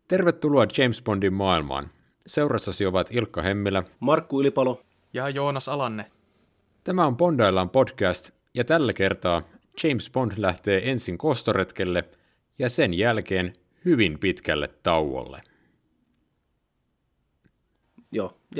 Tervetuloa James Bondin maailmaan. Seurassasi ovat Ilkka Hemmilä, Markku Ylipalo ja Joonas Alanne. Tämä on Bondaillaan podcast, ja tällä kertaa James Bond lähtee ensin kostoretkelle ja sen jälkeen hyvin pitkälle tauolle. Joo, ja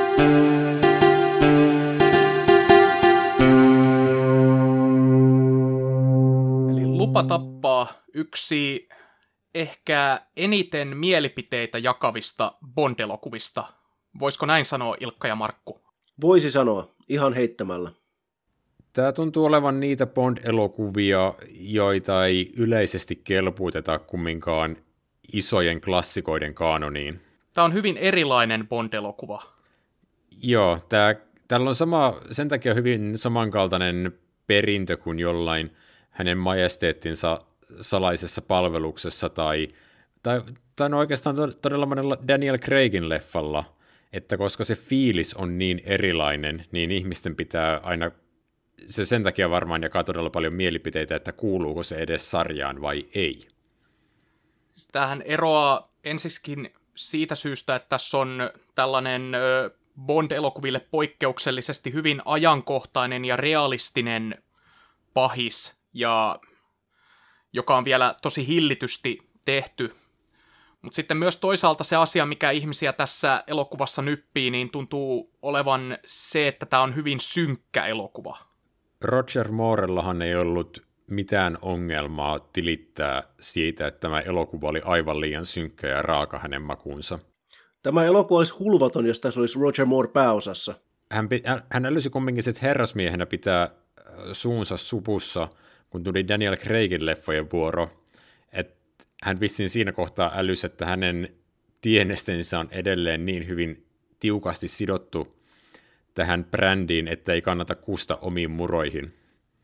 Eli Lupa tappaa yksi ehkä eniten mielipiteitä jakavista Bond-elokuvista. Voisiko näin sanoa, Ilkka ja Markku? voisi sanoa, ihan heittämällä. Tämä tuntuu olevan niitä Bond-elokuvia, joita ei yleisesti kelpuuteta kumminkaan isojen klassikoiden kaanoniin. Tämä on hyvin erilainen Bond-elokuva. Joo, tällä on sen takia hyvin samankaltainen perintö kuin jollain hänen majesteettinsa salaisessa palveluksessa tai no oikeastaan todella monella Daniel Craigin leffalla, että koska se fiilis on niin erilainen, niin ihmisten pitää aina, se sen takia varmaan jakaa todella paljon mielipiteitä, että kuuluuko se edes sarjaan vai ei. Tämähän eroaa ensiskin siitä syystä, että tässä on tällainen Bond-elokuville poikkeuksellisesti hyvin ajankohtainen ja realistinen pahis, ja joka on vielä tosi hillitysti tehty. Mutta sitten myös toisaalta se asia, mikä ihmisiä tässä elokuvassa nyppii, niin tuntuu olevan se, että tämä on hyvin synkkä elokuva. Roger Moorellahan ei ollut mitään ongelmaa tilittää siitä, että tämä elokuva oli aivan liian synkkä ja raaka hänen makuunsa. Tämä elokuva olisi hulvaton, jos tässä olisi Roger Moore pääosassa. Hän älysi kumminkin sit herrasmiehenä pitää suunsa supussa, kun tuli Daniel Craigin leffojen vuoro. Et hän vissiin siinä kohtaa älysi, että hänen tienestensä on edelleen niin hyvin tiukasti sidottu tähän brändiin, että ei kannata kusta omiin muroihin.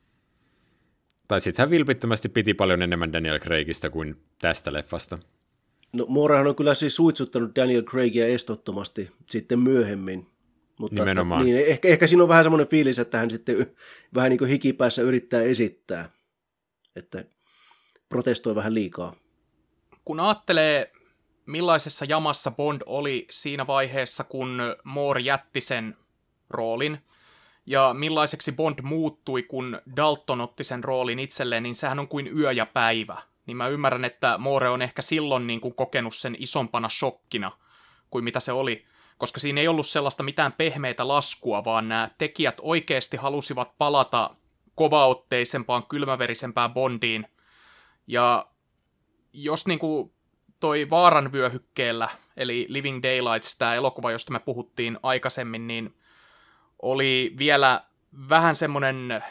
Tai sitten hän vilpittömästi piti paljon enemmän Daniel Craigista kuin tästä leffasta. No, Moorehan on kyllä siis suitsuttanut Daniel Craigia estottomasti sitten myöhemmin. Mutta nimenomaan. Niin, ehkä siinä on vähän semmoinen fiilis, että hän sitten vähän niin kuin hikipäässä yrittää esittää, että protestoi vähän liikaa. Kun ajattelee, millaisessa jamassa Bond oli siinä vaiheessa, kun Moore jätti sen roolin, ja millaiseksi Bond muuttui, kun Dalton otti sen roolin itselleen, niin sehän on kuin yö ja päivä. Niin mä ymmärrän, että Moore on ehkä silloin niin kuin kokenut sen isompana shokkina kuin mitä se oli, koska siinä ei ollut sellaista mitään pehmeitä laskua, vaan nämä tekijät oikeasti halusivat palata kovaotteisempaan, kylmäverisempään Bondiin. Ja jos niin kuin toi Vaaran vyöhykkeellä, eli Living Daylights, tämä elokuva, josta me puhuttiin aikaisemmin, niin oli vielä vähän semmoinen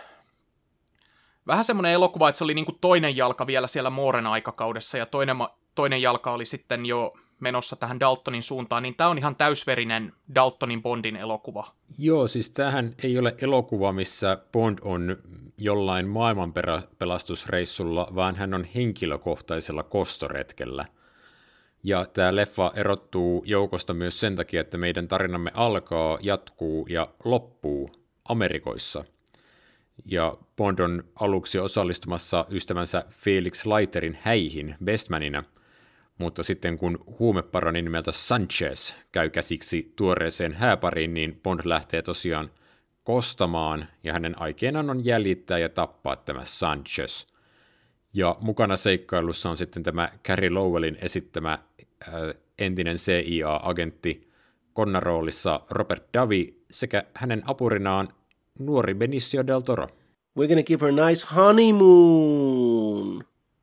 elokuva, että se oli niin kuin toinen jalka vielä siellä Mooren aikakaudessa, ja toinen jalka oli sitten jo menossa tähän Daltonin suuntaan, niin tämä on ihan täysverinen Daltonin Bondin elokuva. Joo, siis tämähän ei ole elokuva, missä Bond on jollain maailmanpelastusreissulla, vaan hän on henkilökohtaisella kostoretkellä. Ja tämä leffa erottuu joukosta myös sen takia, että meidän tarinamme alkaa, jatkuu ja loppuu Amerikoissa. Ja Bond on aluksi osallistumassa ystävänsä Felix Leiterin häihin bestmanina, mutta sitten kun huumeparoni nimeltä Sanchez käy käsiksi tuoreeseen hääpariin, niin Bond lähtee tosiaan kostamaan, ja hänen aikeenaan on jäljittää ja tappaa tämä Sanchez. Ja mukana seikkailussa on sitten tämä Carey Lowellin esittämä entinen CIA-agentti Connor-roolissa Robert Davi sekä hänen apurinaan nuori Benicio del Toro. We're gonna give her a nice honeymoon.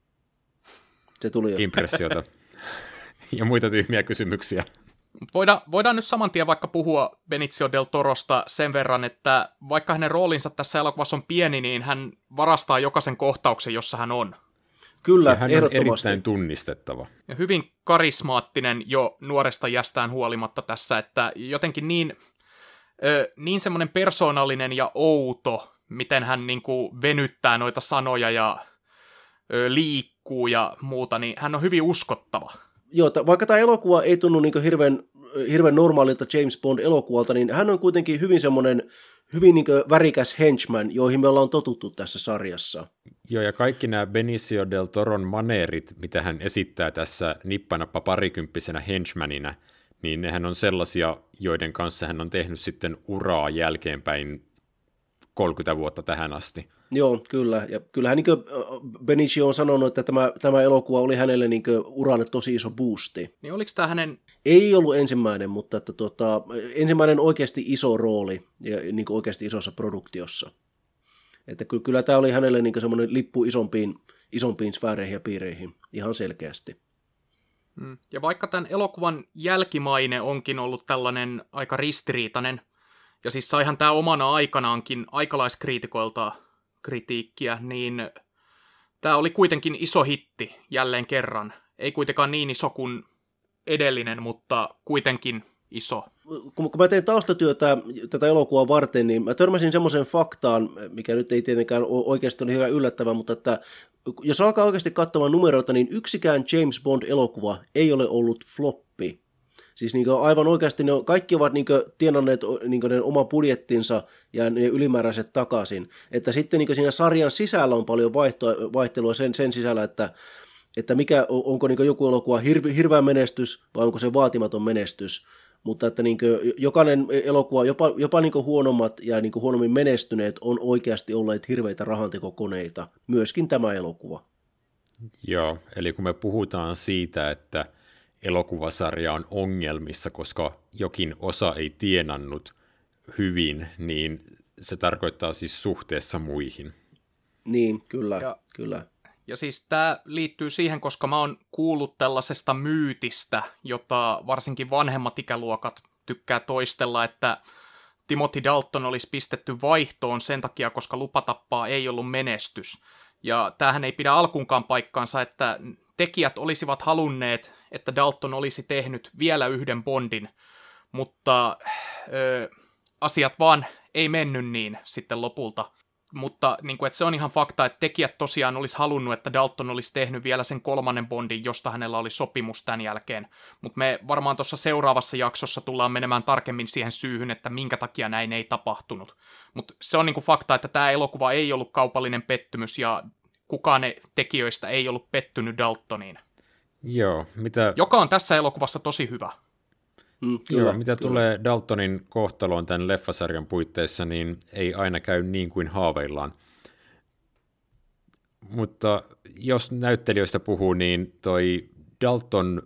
Se tuli jo. Impressiota. Ja muita tyhmiä kysymyksiä. Voidaan nyt saman tien vaikka puhua Benicio del Torosta sen verran, että vaikka hänen roolinsa tässä elokuvassa on pieni, niin hän varastaa jokaisen kohtauksen, jossa hän on. Kyllä, ja hän on ehdottomasti erittäin tunnistettava. Ja hyvin karismaattinen jo nuoresta jästään huolimatta tässä, että jotenkin niin semmoinen persoonallinen ja outo, miten hän niin kuin venyttää noita sanoja ja liikkuu ja muuta, niin hän on hyvin uskottava. Joo, vaikka tämä elokuva ei tunnu niin hirveän hirveän normaalilta James Bond-elokuvalta, niin hän on kuitenkin hyvin semmoinen hyvin niin kuin värikäs henchman, joihin me ollaan totuttu tässä sarjassa. Joo, ja kaikki nämä Benicio del Toron maneerit, mitä hän esittää tässä nippanappa parikymppisenä henchmanina, niin nehän on sellaisia, joiden kanssa hän on tehnyt sitten uraa jälkeenpäin 30 vuotta tähän asti. Joo, kyllä. Ja kyllähän niin Benicio on sanonut, että tämä elokuva oli hänelle niin uralle tosi iso boosti. Niin oliko tämä hänen... Ei ollut ensimmäinen, mutta että ensimmäinen oikeasti iso rooli ja niin oikeasti isossa produktiossa. Että kyllä tämä oli hänelle niin semmoinen lippu isompiin sfääreihin ja piireihin ihan selkeästi. Ja vaikka tämän elokuvan jälkimaine onkin ollut tällainen aika ristiriitainen, ja siis saihan tämä omana aikanaankin aikalaiskriitikoilta kritiikkiä, niin tämä oli kuitenkin iso hitti jälleen kerran. Ei kuitenkaan niin iso kuin edellinen, mutta kuitenkin iso. Kun mä tein taustatyötä tätä elokuvaa varten, niin mä törmäsin semmoiseen faktaan, mikä nyt ei tietenkään oikeasti ole hirveän yllättävää, mutta että jos alkaa oikeasti katsomaan numeroita, niin yksikään James Bond-elokuva ei ole ollut floppi. Siis niin aivan oikeasti kaikki ovat niin tienanneet niin oma budjettinsa ja ne ylimääräiset takaisin. Että sitten niin siinä sarjan sisällä on paljon vaihtelua sen sisällä, että onko niin joku elokuva hirveä menestys vai onko se vaatimaton menestys. Mutta että niin jokainen elokuva, jopa niin huonommat ja niin huonommin menestyneet on oikeasti olleet hirveitä rahantekokoneita. Myöskin tämä elokuva. Joo, eli kun me puhutaan siitä, että elokuvasarja on ongelmissa, koska jokin osa ei tienannut hyvin, niin se tarkoittaa siis suhteessa muihin. Niin, kyllä, kyllä. Ja siis tämä liittyy siihen, koska mä oon kuullut tällaisesta myytistä, jota varsinkin vanhemmat ikäluokat tykkää toistella, että Timothy Dalton olisi pistetty vaihtoon sen takia, koska Lupa tappaa ei ollut menestys. Ja tämähän ei pidä alkuunkaan paikkaansa, että tekijät olisivat halunneet, että Dalton olisi tehnyt vielä yhden Bondin, mutta asiat vaan ei mennyt niin sitten lopulta. Mutta niin kuin, että se on ihan fakta, että tekijät tosiaan olisi halunnut, että Dalton olisi tehnyt vielä sen 3. Bondin, josta hänellä oli sopimus tämän jälkeen. Mutta me varmaan tuossa seuraavassa jaksossa tullaan menemään tarkemmin siihen syyhyn, että minkä takia näin ei tapahtunut. Mutta se on niin kuin fakta, että tämä elokuva ei ollut kaupallinen pettymys ja kukaan tekijöistä ei ollut pettynyt Daltoniin. Joo, joka on tässä elokuvassa tosi hyvä. Kyllä, mitä tulee Daltonin kohtaloon tämän leffasarjan puitteissa, niin ei aina käy niin kuin haaveillaan. Mutta jos näyttelijöistä puhuu, niin toi Dalton,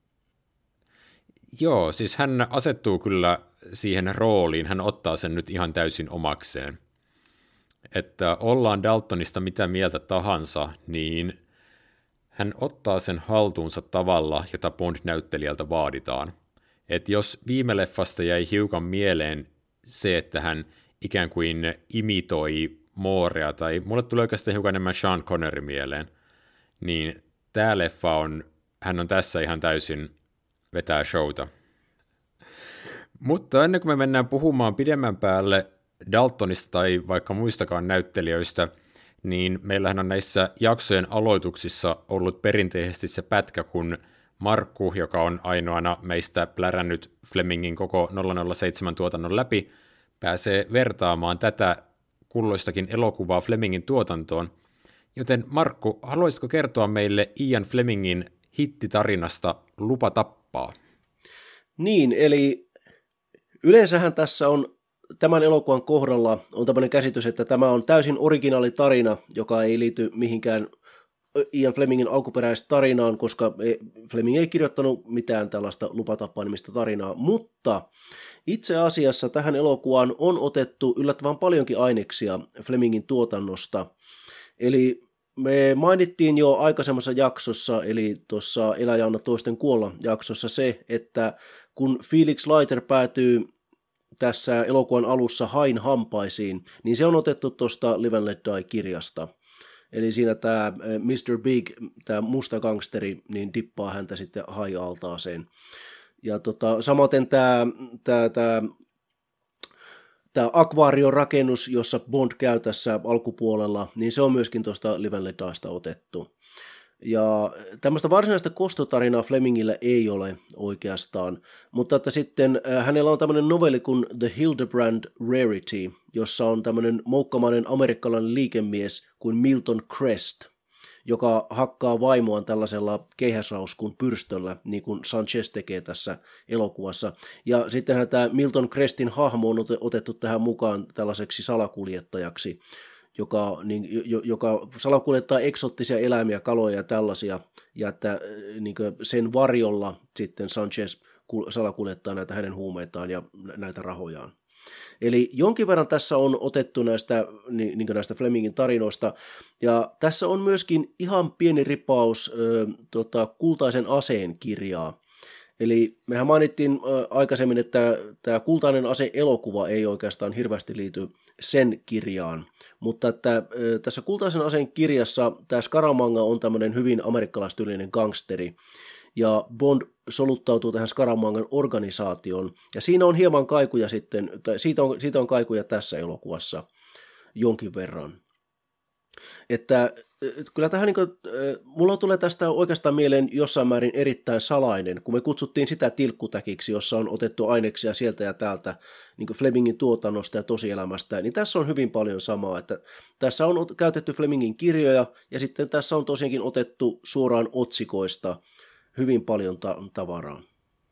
joo, siis hän asettuu kyllä siihen rooliin, hän ottaa sen nyt ihan täysin omakseen. Että ollaan Daltonista mitä mieltä tahansa, niin hän ottaa sen haltuunsa tavalla, jota Bond-näyttelijältä vaaditaan. Että jos viime leffasta jäi hiukan mieleen se, että hän ikään kuin imitoi Moorea, tai mulle tulee oikeastaan hiukan enemmän Sean Connery mieleen, niin tämä leffa hän on tässä ihan täysin vetää showta. Mutta ennen kuin me mennään puhumaan pidemmän päälle Daltonista tai vaikka muistakaan näyttelijöistä, niin meillähän on näissä jaksojen aloituksissa ollut perinteisesti se pätkä, kun Markku, joka on ainoana meistä plärännyt Flemingin koko 007-tuotannon läpi, pääsee vertaamaan tätä kulloistakin elokuvaa Flemingin tuotantoon. Joten Markku, haluaisitko kertoa meille Ian Flemingin hittitarinasta Lupa tappaa? Niin, eli yleensähän tässä on tämän elokuvan kohdalla on tämmöinen käsitys, että tämä on täysin originaali tarina, joka ei liity mihinkään Ian Flemingin alkuperäistä tarinaan, koska Fleming ei kirjoittanut mitään tällaista Lupatappaa-nimistä tarinaa, mutta itse asiassa tähän elokuvaan on otettu yllättävän paljonkin aineksia Flemingin tuotannosta. Eli me mainittiin jo aikaisemmassa jaksossa, eli tuossa Elä ja anna toisten kuolla jaksossa se, että kun Felix Leiter päätyy tässä elokuvan alussa hain hampaisiin, niin se on otettu tuosta Live and Let Die-kirjasta. Eli siinä tämä Mr. Big, tämä musta gangsteri, niin dippaa häntä sitten hai-altaaseen. Ja samaten tämä akvaariorakennus, jossa Bond käy tässä alkupuolella, niin se on myöskin tuosta Live and Let Diesta otettu. Ja tämmöistä varsinaista kostotarinaa Flemingillä ei ole oikeastaan, mutta että sitten hänellä on tämmöinen novelli kuin The Hildebrand Rarity, jossa on tämmöinen moukkamainen amerikkalainen liikemies kuin Milton Crest, joka hakkaa vaimoaan tällaisella keihäsrauskun pyrstöllä, niin kuin Sanchez tekee tässä elokuvassa. Ja sittenhän tämä Milton Crestin hahmo on otettu tähän mukaan tällaiseksi salakuljettajaksi, joka salakuljettaa eksoottisia eläimiä, kaloja ja tällaisia, ja että niin sen varjolla sitten Sanchez salakuljettaa näitä hänen huumeitaan ja näitä rahojaan. Eli jonkin verran tässä on otettu näistä Flemingin tarinoista, ja tässä on myöskin ihan pieni ripaus Kultaisen aseen kirjaa. Eli mehän mainittiin aikaisemmin, että tämä Kultainen ase-elokuva ei oikeastaan hirveästi liity sen kirjaan, mutta että tässä Kultaisen aseen kirjassa tämä Scaramanga on tämmöinen hyvin amerikkalaistyylinen gangsteri, ja Bond soluttautuu tähän Scaramangan organisaatioon, ja siinä on hieman kaikuja sitten, tai siitä on kaikuja tässä elokuvassa jonkin verran. Että kyllä tähän mulla tulee tästä oikeastaan mieleen jossain määrin erittäin salainen, kun me kutsuttiin sitä tilkkutäkiksi, jossa on otettu aineksia sieltä ja täältä niin kuin Flemingin tuotannosta ja tosielämästä, niin tässä on hyvin paljon samaa, että tässä on käytetty Flemingin kirjoja, ja sitten tässä on tosiaankin otettu suoraan otsikoista hyvin paljon tavaraa.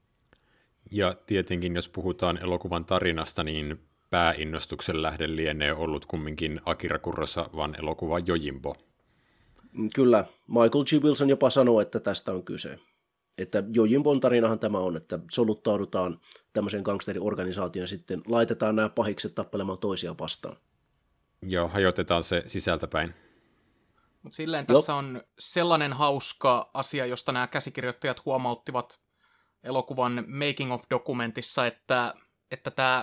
Ja tietenkin, jos puhutaan elokuvan tarinasta, niin pääinnostuksen lähde lienee ollut kumminkin Akira Kurosawan elokuva Yojimbo. Kyllä, Michael G. Wilson jopa sanoo, että tästä on kyse. Että Yojimbon tarinahan tämä on, että soluttaudutaan tämmöiseen gangsteriorganisaatioon ja sitten laitetaan nämä pahikset tappelemaan toisia vastaan. Joo, hajotetaan se sisältäpäin. Mutta silleen tässä on sellainen hauska asia, josta nämä käsikirjoittajat huomauttivat elokuvan making of dokumentissa, että tämä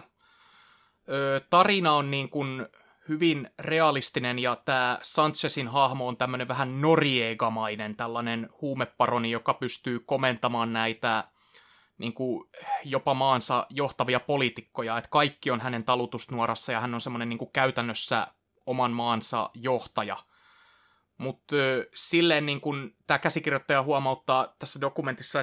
tarina on niin kuin hyvin realistinen, ja tämä Sanchezin hahmo on tämmöinen vähän Noriega-mainen, tällainen huumeparoni, joka pystyy komentamaan näitä niin kuin jopa maansa johtavia poliitikkoja, että kaikki on hänen talutusnuorassa, ja hän on semmoinen niin kuin käytännössä oman maansa johtaja. Mutta silleen niin kuin tämä käsikirjoittaja huomauttaa tässä dokumentissa,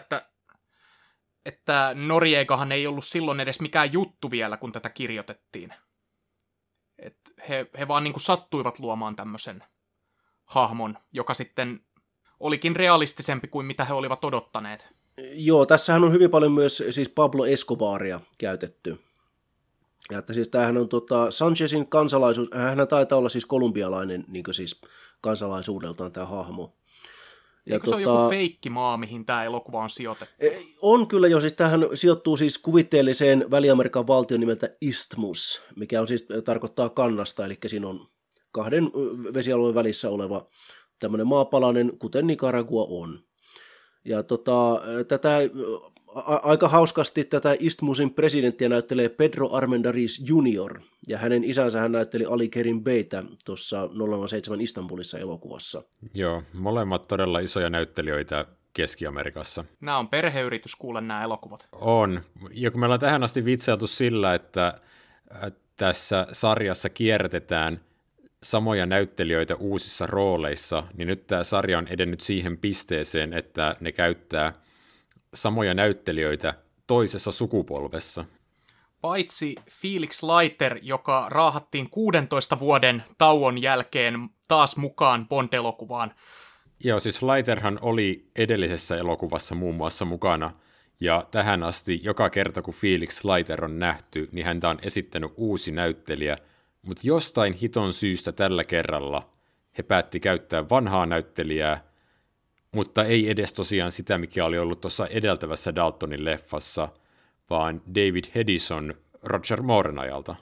että Noriegahan ei ollut silloin edes mikään juttu vielä, kun tätä kirjoitettiin. Et he vaan niin kuin sattuivat luomaan tämmöisen hahmon, joka sitten olikin realistisempi kuin mitä he olivat odottaneet. Joo, tässähän on hyvin paljon myös siis Pablo Escobaria käytetty. Ja että siis tämähän on Sanchezin kansalaisuus, hän taitaa olla siis kolumbialainen niin siis kansalaisuudeltaan tämä hahmo. Eikö se ole joku feikkimaa, mihin tämä elokuva on sijoitettu? On kyllä jo, siis tämähän sijoittuu siis kuvitteelliseen Väli-Amerikan valtion nimeltä Isthmus, mikä on siis tarkoittaa kannasta, eli siinä on kahden vesialueen välissä oleva tämmöinen maapalainen, kuten Nicaragua on. Ja tätä aika hauskasti tätä Isthmusin presidenttiä näyttelee Pedro Armendáriz Jr., ja hänen isänsä hän näytteli Ali Kerim Beytä tuossa 007 Istanbulissa elokuvassa. Joo, molemmat todella isoja näyttelijöitä Keski-Amerikassa. Nämä on perheyritys kuulla nämä elokuvat. On, ja kun me ollaan tähän asti vitsailtu sillä, että tässä sarjassa kierrätetään samoja näyttelijöitä uusissa rooleissa, niin nyt tämä sarja on edennyt siihen pisteeseen, että ne käyttää samoja näyttelijöitä toisessa sukupolvessa. Paitsi Felix Leiter, joka raahattiin 16 vuoden tauon jälkeen taas mukaan Bond-elokuvaan. Joo, siis Leiterhan oli edellisessä elokuvassa muun muassa mukana, ja tähän asti joka kerta kun Felix Leiter on nähty, niin häntä on esittänyt uusi näyttelijä, mutta jostain hiton syystä tällä kerralla he päätti käyttää vanhaa näyttelijää, mutta ei edes tosiaan sitä, mikä oli ollut tuossa edeltävässä Daltonin leffassa, vaan David Hedison Roger Mooren ajalta.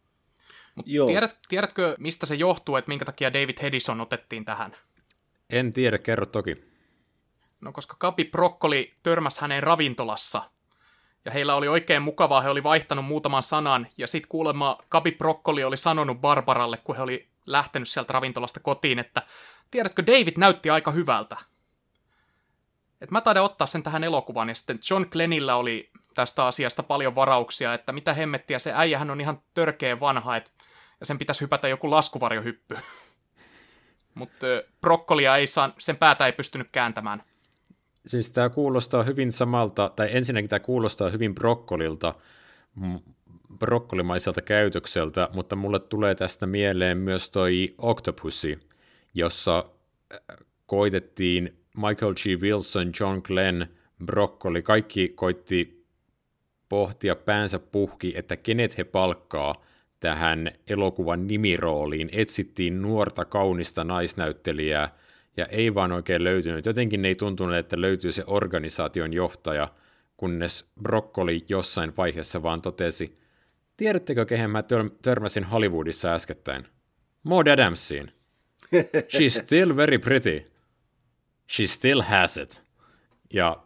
Tiedätkö, mistä se johtuu, että minkä takia David Hedison otettiin tähän? En tiedä, kerro toki. No koska Capi Broccoli törmäsi hänen ravintolassa, ja heillä oli oikein mukavaa, he oli vaihtanut muutaman sanan, ja sitten kuulemma Capi Broccoli oli sanonut Barbaralle, kun he oli lähtenyt sieltä ravintolasta kotiin, että tiedätkö, David näytti aika hyvältä. Et mä taidan ottaa sen tähän elokuvaan, ja sitten John Glennillä oli tästä asiasta paljon varauksia, että mitä hemmettiä, se äijähän on ihan törkeä vanha, ja sen pitäisi hypätä joku laskuvarjohyppy. mutta brokkolia sen päätä ei pystynyt kääntämään. Siis tämä kuulostaa hyvin samalta, tai ensinnäkin tämä kuulostaa hyvin brokkolimaiselta käytökseltä, mutta mulle tulee tästä mieleen myös toi Octopussy, jossa koitettiin Michael G. Wilson, John Glenn, Broccoli, kaikki koitti pohtia päänsä puhki, että kenet he palkkaa tähän elokuvan nimirooliin. Etsittiin nuorta, kaunista naisnäyttelijää, ja ei vaan oikein löytynyt. Jotenkin ei tuntunut, että löytyy se organisaation johtaja, kunnes Broccoli jossain vaiheessa vaan totesi, tiedättekö, kehen mä törmäsin Hollywoodissa äskettäin? Maud Adamsiin. She's still very pretty. She still has it. Ja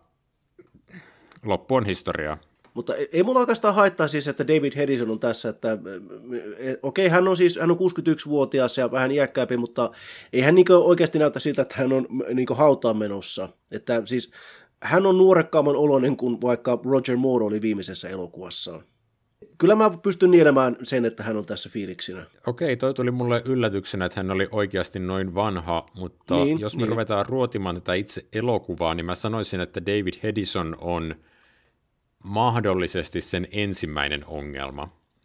loppu on historiaa. Mutta ei mulla oikeastaan haittaa siis, että David Hedison on tässä, että okei, hän on 61-vuotias ja vähän iäkkäämpi, mutta ei hän oikeasti näytä siltä, että hän on hautaan menossa. Että siis hän on nuorekkaamman oloinen kuin vaikka Roger Moore oli viimeisessä elokuvassaan. Kyllä mä pystyn nielemään sen, että hän on tässä fiiliksinä. Okei, toi tuli mulle yllätyksenä, että hän oli oikeasti noin vanha, mutta jos me ruvetaan ruotimaan tätä itse elokuvaa, niin mä sanoisin, että David Hedison on mahdollisesti sen ensimmäinen ongelma.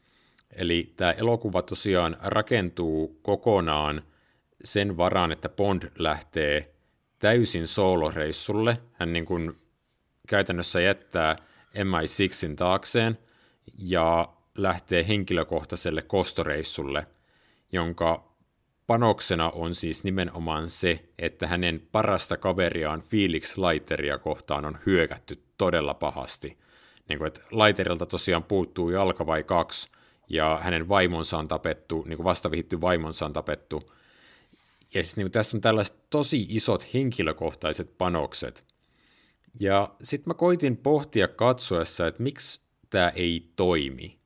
Eli tämä elokuva tosiaan rakentuu kokonaan sen varaan, että Bond lähtee täysin sooloreissulle. Hän niin kuin käytännössä jättää MI6in taakseen ja lähtee henkilökohtaiselle kostoreissulle, jonka panoksena on siis nimenomaan se, että hänen parasta kaveriaan Felix Leiteria kohtaan on hyökätty todella pahasti. Niin kuin, että Leiterilta tosiaan puuttuu jalka vai 2, ja hänen vaimonsa on tapettu, niin kuin vastavihitty vaimonsa on tapettu. Ja siis niin kuin tässä on tällaiset tosi isot henkilökohtaiset panokset. Ja sitten mä koitin pohtia katsoessa, että miksi tämä ei toimi.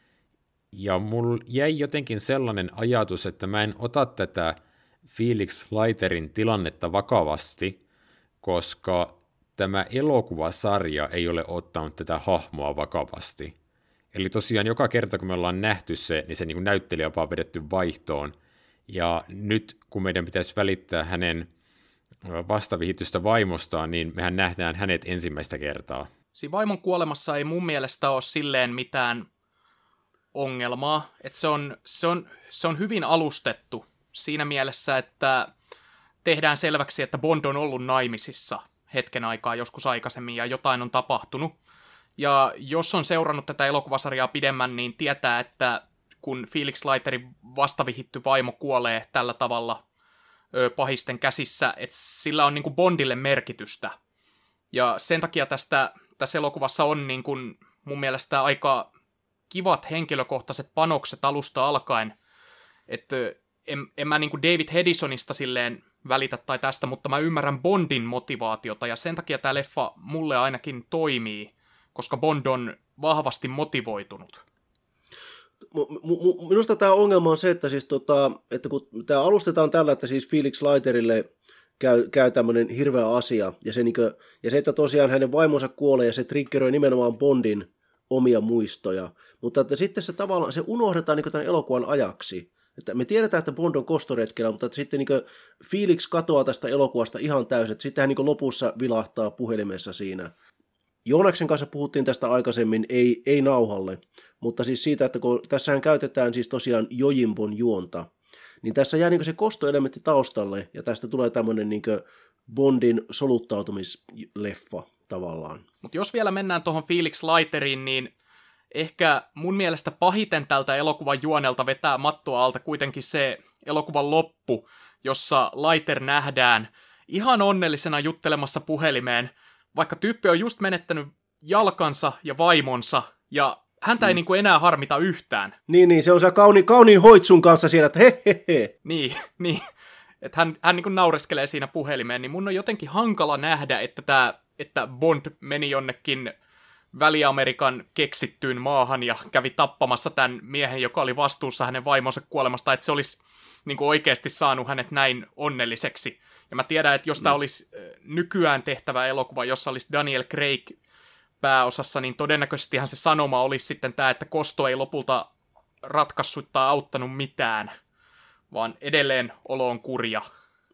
Ja mulla jäi jotenkin sellainen ajatus, että mä en ota tätä Felix Leiterin tilannetta vakavasti, koska tämä elokuvasarja ei ole ottanut tätä hahmoa vakavasti. Eli tosiaan joka kerta, kun me ollaan nähty se, niin se niin kuin näyttelijä on vaan vedetty vaihtoon. Ja nyt, kun meidän pitäisi välittää hänen vastavihitystä vaimostaan, niin mehän nähdään hänet ensimmäistä kertaa. Siinä vaimon kuolemassa ei mun mielestä ole silleen mitään ongelmaa, että se on hyvin alustettu siinä mielessä, että tehdään selväksi, että Bond on ollut naimisissa hetken aikaa joskus aikaisemmin ja jotain on tapahtunut. Ja jos on seurannut tätä elokuvasarjaa pidemmän, niin tietää, että kun Felix Leiterin vastavihitty vaimo kuolee tällä tavalla pahisten käsissä, että sillä on niin kuin Bondille merkitystä. Ja sen takia tässä elokuvassa on niin kuin mun mielestä aika kivat henkilökohtaiset panokset alusta alkaen. Että en mä niin kuin David Hedisonista silleen välitä tai tästä, mutta mä ymmärrän Bondin motivaatiota, ja sen takia tämä leffa mulle ainakin toimii, koska Bond on vahvasti motivoitunut. Minusta tämä ongelma on se, että, siis että kun tämä alustetaan tällä, että siis Felix Leiterille käy tämmöinen hirveä asia, ja se, että tosiaan hänen vaimonsa kuolee, ja se triggeroi nimenomaan Bondin omia muistoja, mutta että sitten se tavallaan, se unohdetaan niin tämän elokuvan ajaksi. Että me tiedetään, että Bond on kostoretkellä, mutta että sitten niin Felix katoaa tästä elokuvasta ihan täysin, että sitten hän niin lopussa vilahtaa puhelimessa siinä. Joonaksen kanssa puhuttiin tästä aikaisemmin, ei nauhalle, mutta siis siitä, että kun tässähän käytetään siis tosiaan Jojimbon juonta, niin tässä jää niin se kostoelementti taustalle, ja tästä tulee tämmöinen niin Bondin soluttautumisleffa tavallaan. Mutta jos vielä mennään tuohon Felix Leiteriin, niin ehkä mun mielestä pahiten tältä elokuvan juonelta vetää mattoa alta kuitenkin se elokuvan loppu, jossa Leiter nähdään ihan onnellisena juttelemassa puhelimeen, vaikka tyyppi on just menettänyt jalkansa ja vaimonsa, ja häntä ei niinku enää harmita yhtään. Niin, se on se kauniin hoitsun kanssa siellä, että he. Niin. Että hän niinku naureskelee siinä puhelimeen, niin mun on jotenkin hankala nähdä, että Bond meni jonnekin Väli-Amerikan keksittyyn maahan ja kävi tappamassa tämän miehen, joka oli vastuussa hänen vaimonsa kuolemasta, että se olisi niinku oikeasti saanut hänet näin onnelliseksi. Ja mä tiedän, että jos tämä olisi nykyään tehtävä elokuva, jossa olisi Daniel Craig pääosassa, niin todennäköisestihan se sanoma olisi sitten tämä, että kosto ei lopulta ratkaissut tai auttanut mitään, vaan edelleen olo on kurja.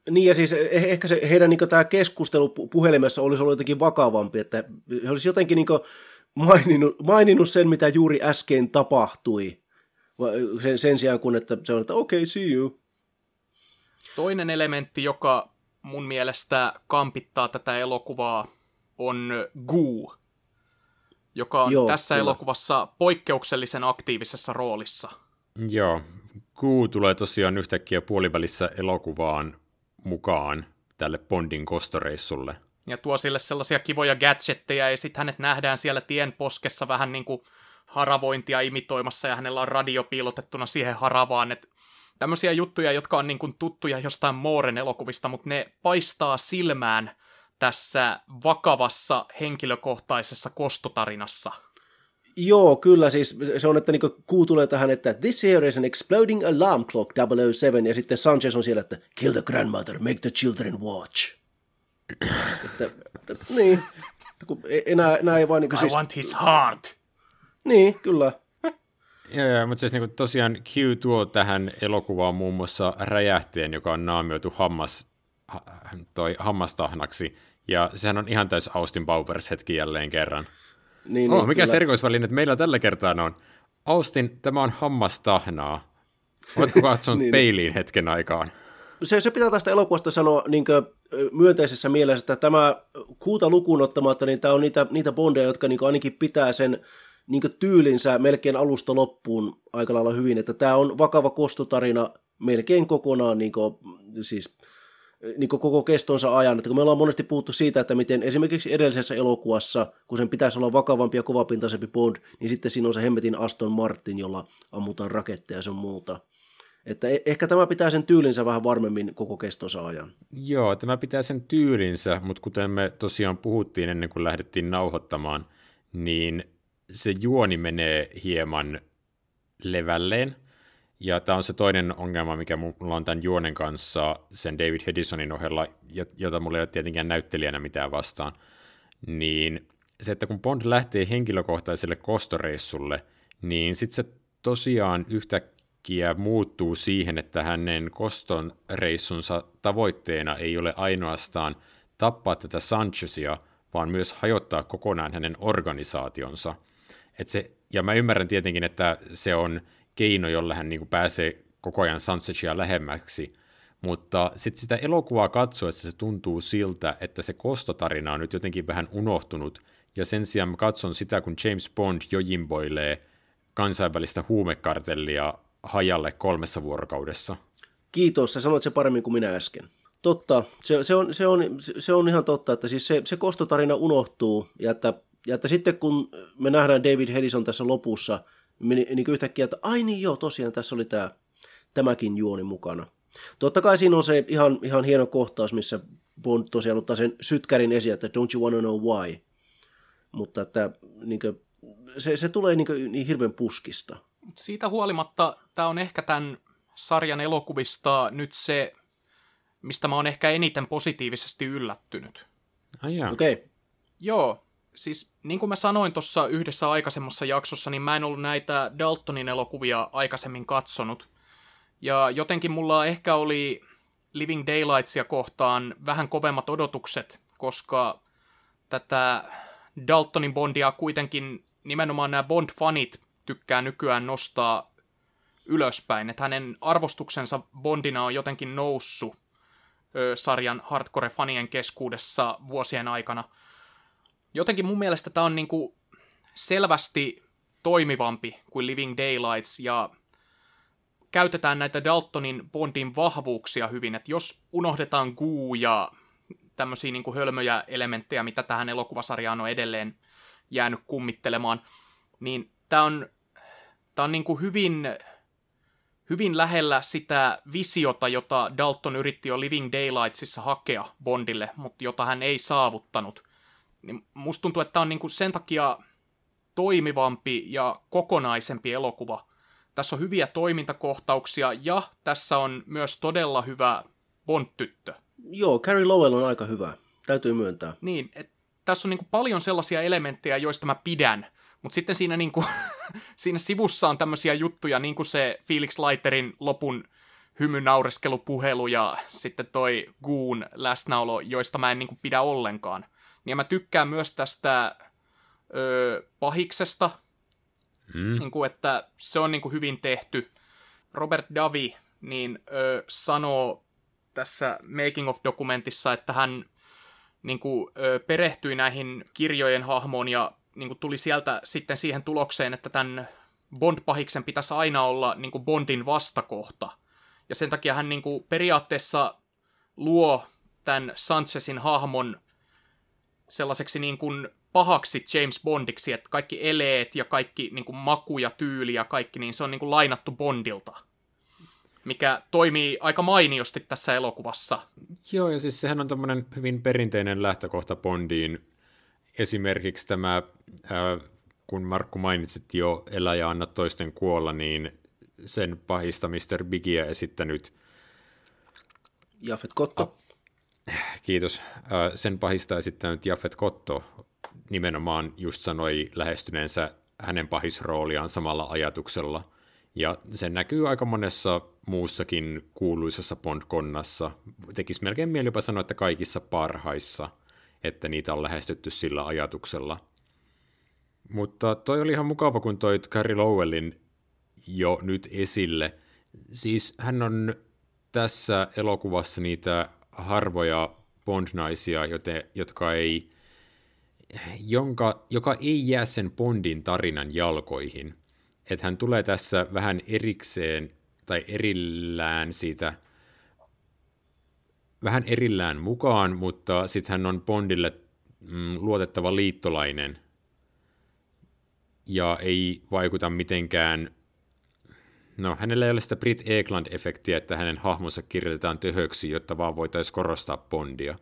Niin ja siis ehkä se heidän niin tämä keskustelu puhelimessa olisi ollut jotenkin vakavampi, että he olisi jotenkin niin maininnut sen, mitä juuri äsken tapahtui, sen sijaan kun että se on, että okei, see you. Toinen elementti, joka mun mielestä kampittaa tätä elokuvaa, on Goo, joka on tässä kyllä elokuvassa poikkeuksellisen aktiivisessa roolissa. Joo, Goo tulee tosiaan yhtäkkiä puolivälissä elokuvaan mukaan tälle Bondin kostoreissulle. Ja tuo sille sellaisia kivoja gadgetteja, ja sitten hänet nähdään siellä tien poskessa vähän niin kuin haravointia imitoimassa, ja hänellä on radio piilotettuna siihen haravaan, että tämmöisiä juttuja, jotka on niin kuin tuttuja jostain Mooren elokuvista, mutta ne paistaa silmään tässä vakavassa henkilökohtaisessa kostotarinassa. Joo, kyllä siis se on, että niin Kuu tulee tähän, että this here is an exploding alarm clock 007, ja sitten Sanchez on siellä, että kill the grandmother, make the children watch. Niin, enää ei vaan niin kuin I want his heart. Niin, kyllä. Joo, mutta siis niin tosiaan Q tuo tähän elokuvaan muun muassa räjähteen, joka on naamioitu hammastahnaksi, ja sehän on ihan täys Austin Powers hetki jälleen kerran. Niin, mikä se erikoisväline, että meillä tällä kertaa on Austin, tämä on hammastahnaa. Oletko katsonut peiliin hetken aikaan? Se pitää tästä elokuvasta sanoa niin myönteisessä mielessä, että tämä Kuuta lukuun ottamatta, niin tämä on niitä bondeja, jotka niin ainakin pitää sen niin tyylinsä melkein alusta loppuun aika lailla hyvin, että tämä on vakava kostotarina melkein kokonaan siis koko kestonsa ajan, että kun me ollaan monesti puhuttu siitä, että miten esimerkiksi edellisessä elokuvassa, kun sen pitäisi olla vakavampi ja kovapintaisempi Bond, niin sitten siinä on se hemmetin Aston Martin, jolla ammutaan raketteja ja sun muuta. Että ehkä tämä pitää sen tyylinsä vähän varmemmin koko kestonsa ajan. Joo, tämä pitää sen tyylinsä, mutta kuten me tosiaan puhuttiin ennen kuin lähdettiin nauhoittamaan, niin se juoni menee hieman levälleen. Ja tämä on se toinen ongelma, mikä mulla on tämän juonen kanssa sen David Hedisonin ohella, jota mulla ei ole tietenkään näyttelijänä mitään vastaan. Niin se, että kun Bond lähtee henkilökohtaiselle kostoreissulle, niin sitten se tosiaan yhtäkkiä muuttuu siihen, että hänen koston reissunsa tavoitteena ei ole ainoastaan tappaa tätä Sanchezia, vaan myös hajottaa kokonaan hänen organisaationsa. Ja mä ymmärrän tietenkin, että se on keino, jolla hän niin kuin pääsee koko ajan Sanchezia lähemmäksi, mutta sitten sitä elokuvaa katsoessa se tuntuu siltä, että se kostotarina on nyt jotenkin vähän unohtunut, ja sen sijaan mä katson sitä, kun James Bond jojimboilee kansainvälistä huumekartellia hajalle 3 vuorokaudessa. Kiitos, sä sanoit se paremmin kuin minä äsken. Totta, se on ihan totta, että siis se kostotarina unohtuu, ja että sitten kun me nähdään David Hedison tässä lopussa, niin yhtäkkiä, että ai niin joo, tosiaan tässä oli tämäkin juoni mukana. Totta kai siinä on se ihan hieno kohtaus, missä Bond tosiaan ottaa sen sytkärin esiin, että don't you wanna know why. Mutta että se tulee niin hirveän puskista. Siitä huolimatta tämä on ehkä tämän sarjan elokuvista nyt se, mistä mä oon ehkä eniten positiivisesti yllättynyt. Okei. Okay. Joo. Siis niin kuin mä sanoin tuossa yhdessä aikaisemmassa jaksossa, niin mä en ollut näitä Daltonin elokuvia aikaisemmin katsonut. Ja jotenkin mulla ehkä oli Living Daylightsia kohtaan vähän kovemmat odotukset, koska tätä Daltonin Bondia kuitenkin nimenomaan nämä Bond-fanit tykkää nykyään nostaa ylöspäin. Että hänen arvostuksensa Bondina on jotenkin noussut sarjan hardcore-fanien keskuudessa vuosien aikana. Jotenkin mun mielestä tämä on niinku selvästi toimivampi kuin Living Daylights, ja käytetään näitä Daltonin Bondin vahvuuksia hyvin, että jos unohdetaan Goo ja tämmöisiä niinku hölmöjä elementtejä, mitä tähän elokuvasarjaan on edelleen jäänyt kummittelemaan, niin tämä on niinku hyvin lähellä sitä visiota, jota Dalton yritti jo Living Daylightsissa hakea Bondille, mutta jota hän ei saavuttanut. Niin musta tuntuu, että tämä on niinku sen takia toimivampi ja kokonaisempi elokuva. Tässä on hyviä toimintakohtauksia ja tässä on myös todella hyvä Bond-tyttö. Joo, Carey Lowell on aika hyvä, täytyy myöntää. Niin, tässä on niinku paljon sellaisia elementtejä, joista mä pidän, mutta sitten siinä, siinä sivussa on tämmöisiä juttuja, niin kuin se Felix Leiterin lopun hymynaureskelupuhelu ja sitten toi Goon läsnäolo, joista mä en niin kuin pidä ollenkaan. Ja mä tykkään myös tästä pahiksesta, niin kuin, että se on niin kuin hyvin tehty. Robert Davi niin, sanoo tässä Making of-dokumentissa, että hän niin kuin, perehtyi näihin kirjojen hahmoon ja niin kuin, tuli sieltä sitten siihen tulokseen, että tämän Bond-pahiksen pitäisi aina olla niin kuin Bondin vastakohta. Ja sen takia hän niin kuin, periaatteessa luo tämän Sanchezin hahmon sellaiseksi niin kuin pahaksi James Bondiksi, että kaikki eleet ja kaikki niin kuin maku ja tyyli ja kaikki, niin se on niin kuin lainattu Bondilta, mikä toimii aika mainiosti tässä elokuvassa. Joo, ja siis sehän on tämmöinen hyvin perinteinen lähtökohta Bondiin. Esimerkiksi tämä, kun Markku mainitsit jo Elä ja anna toisten kuolla, niin sen pahista Mr. Biggiä esittänyt Japhet Kotto. Kiitos. Sen pahista esittänyt Japhet Kotto nimenomaan just sanoi lähestyneensä hänen pahisrooliaan samalla ajatuksella. Ja se näkyy aika monessa muussakin kuuluisessa Bond-konnassa. Tekisi melkein mieli jopa sanoa, että kaikissa parhaissa, että niitä on lähestytty sillä ajatuksella. Mutta toi oli ihan mukava, kun toit Carey Lowellin jo nyt esille. Siis hän on tässä elokuvassa niitä harvoja Bond-naisia, joka ei jää sen Bondin tarinan jalkoihin. Että hän tulee tässä vähän erikseen tai erillään siitä, vähän erillään mukaan, mutta sitten hän on Bondille luotettava liittolainen ja ei vaikuta mitenkään, no hänellä ei ole sitä Brit Eklund-efektiä, että hänen hahmonsa kirjoitetaan töhöksi, jotta vaan voitaisiin korostaa Bondia.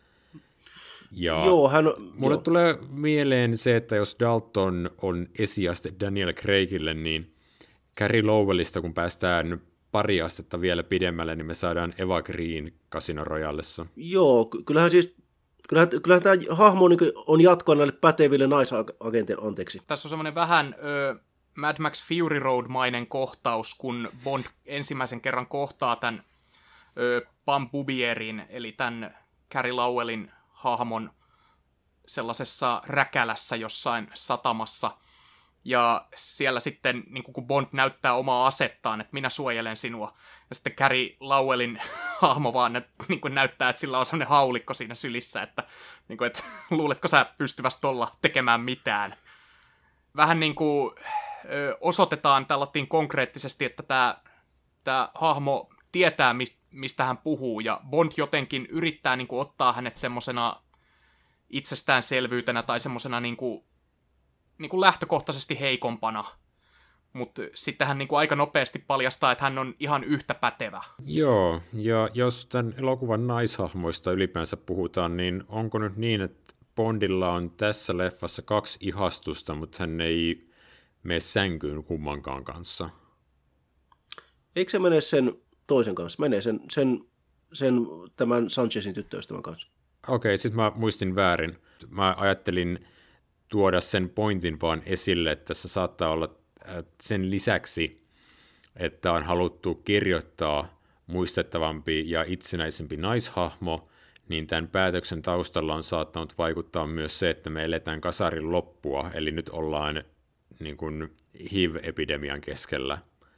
Ja mulle tulee mieleen se, että jos Dalton on esiaste Daniel Craigille, niin Carey Lowellista, kun päästään pari astetta vielä pidemmälle, niin me saadaan Eva Green Casino Royalessa. Joo, kyllähän tämä hahmo on jatkoa näille päteville naisagenteille, anteeksi. Tässä on semmoinen vähän Mad Max Fury Road-mainen kohtaus, kun Bond ensimmäisen kerran kohtaa tämän Pam Boubierin, eli tämän Carey Lowellin hahmon sellaisessa räkälässä jossain satamassa. Ja siellä sitten, niin kun Bond näyttää omaa asettaan, että minä suojelen sinua. Ja sitten Carey Lowellin hahmo vaan niin näyttää, että sillä on sellainen haulikko siinä sylissä, että, niin kun, että luuletko sä pystyvästi tuolla tekemään mitään. Vähän niin kuin osoitetaan tällattiin konkreettisesti, että tämä hahmo tietää, mistä hän puhuu, ja Bond jotenkin yrittää niin kuin, ottaa hänet semmosena itsestäänselvyytenä tai semmosena niin kuin lähtökohtaisesti heikompana, mutta sitten hän niin kuin aika nopeasti paljastaa, että hän on ihan yhtä pätevä. Joo, ja jos tämän elokuvan naishahmoista ylipäänsä puhutaan, niin onko nyt niin, että Bondilla on tässä leffassa 2 ihastusta, mutta hän ei mene sänkyyn kummankaan kanssa? Eikö se mene sen toisen kanssa? Menee sen tämän Sanchezin tyttöystävän kanssa. Okei, sitten mä muistin väärin. Mä ajattelin tuoda sen pointin vaan esille, että tässä saattaa olla sen lisäksi, että on haluttu kirjoittaa muistettavampi ja itsenäisempi naishahmo, niin tämän päätöksen taustalla on saattanut vaikuttaa myös se, että me eletään kasarin loppua, eli nyt ollaan niin kuin HIV-epidemian keskellä,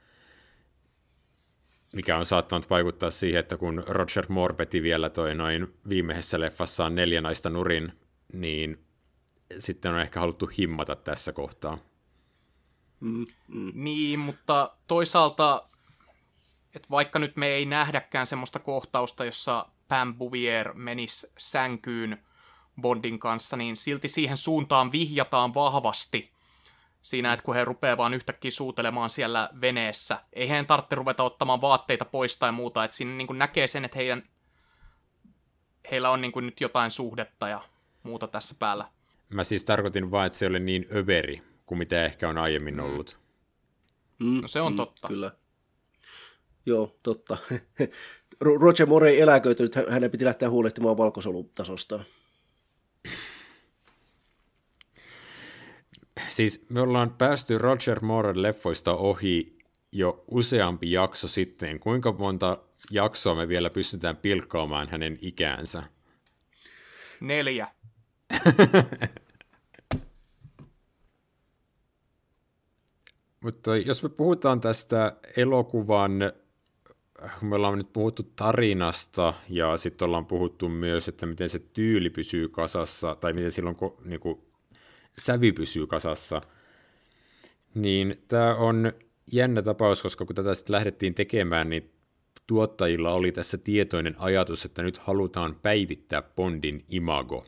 mikä on saattanut vaikuttaa siihen, että kun Roger Moore veti vielä toi noin viimeisessä leffassaan 4 naista nurin, niin sitten on ehkä haluttu himmata tässä kohtaa. Niin, mutta toisaalta, että vaikka nyt me ei nähdäkään semmoista kohtausta, jossa Pam Bouvier menisi sänkyyn Bondin kanssa, niin silti siihen suuntaan vihjataan vahvasti siinä, että kun he rupeaa vaan yhtäkkiä suutelemaan siellä veneessä. Ei heidän tarvitse ruveta ottamaan vaatteita pois tai muuta, että siinä niin kuin näkee sen, että heillä on niin kuin nyt jotain suhdetta ja muuta tässä päällä. Mä siis tarkoitin vaan, että se oli niin överi kuin mitä ehkä on aiemmin ollut. No se on totta. Kyllä. Joo, totta. Roger Moore ei eläköitynyt, hänen piti lähteä huolehtimaan valkosolutasosta. Siis me ollaan päästy Roger Mooren leffoista ohi jo useampi jakso sitten. Kuinka monta jaksoa me vielä pystytään pilkkaamaan hänen ikäänsä? 4. Mutta jos me puhutaan tästä elokuvan, me ollaan nyt puhuttu tarinasta ja sitten ollaan puhuttu myös, että miten se tyyli pysyy kasassa tai miten silloin niinku, sävy pysyy kasassa, niin tämä on jännä tapaus, koska kun tätä sitten lähdettiin tekemään, niin tuottajilla oli tässä tietoinen ajatus, että nyt halutaan päivittää Bondin imago.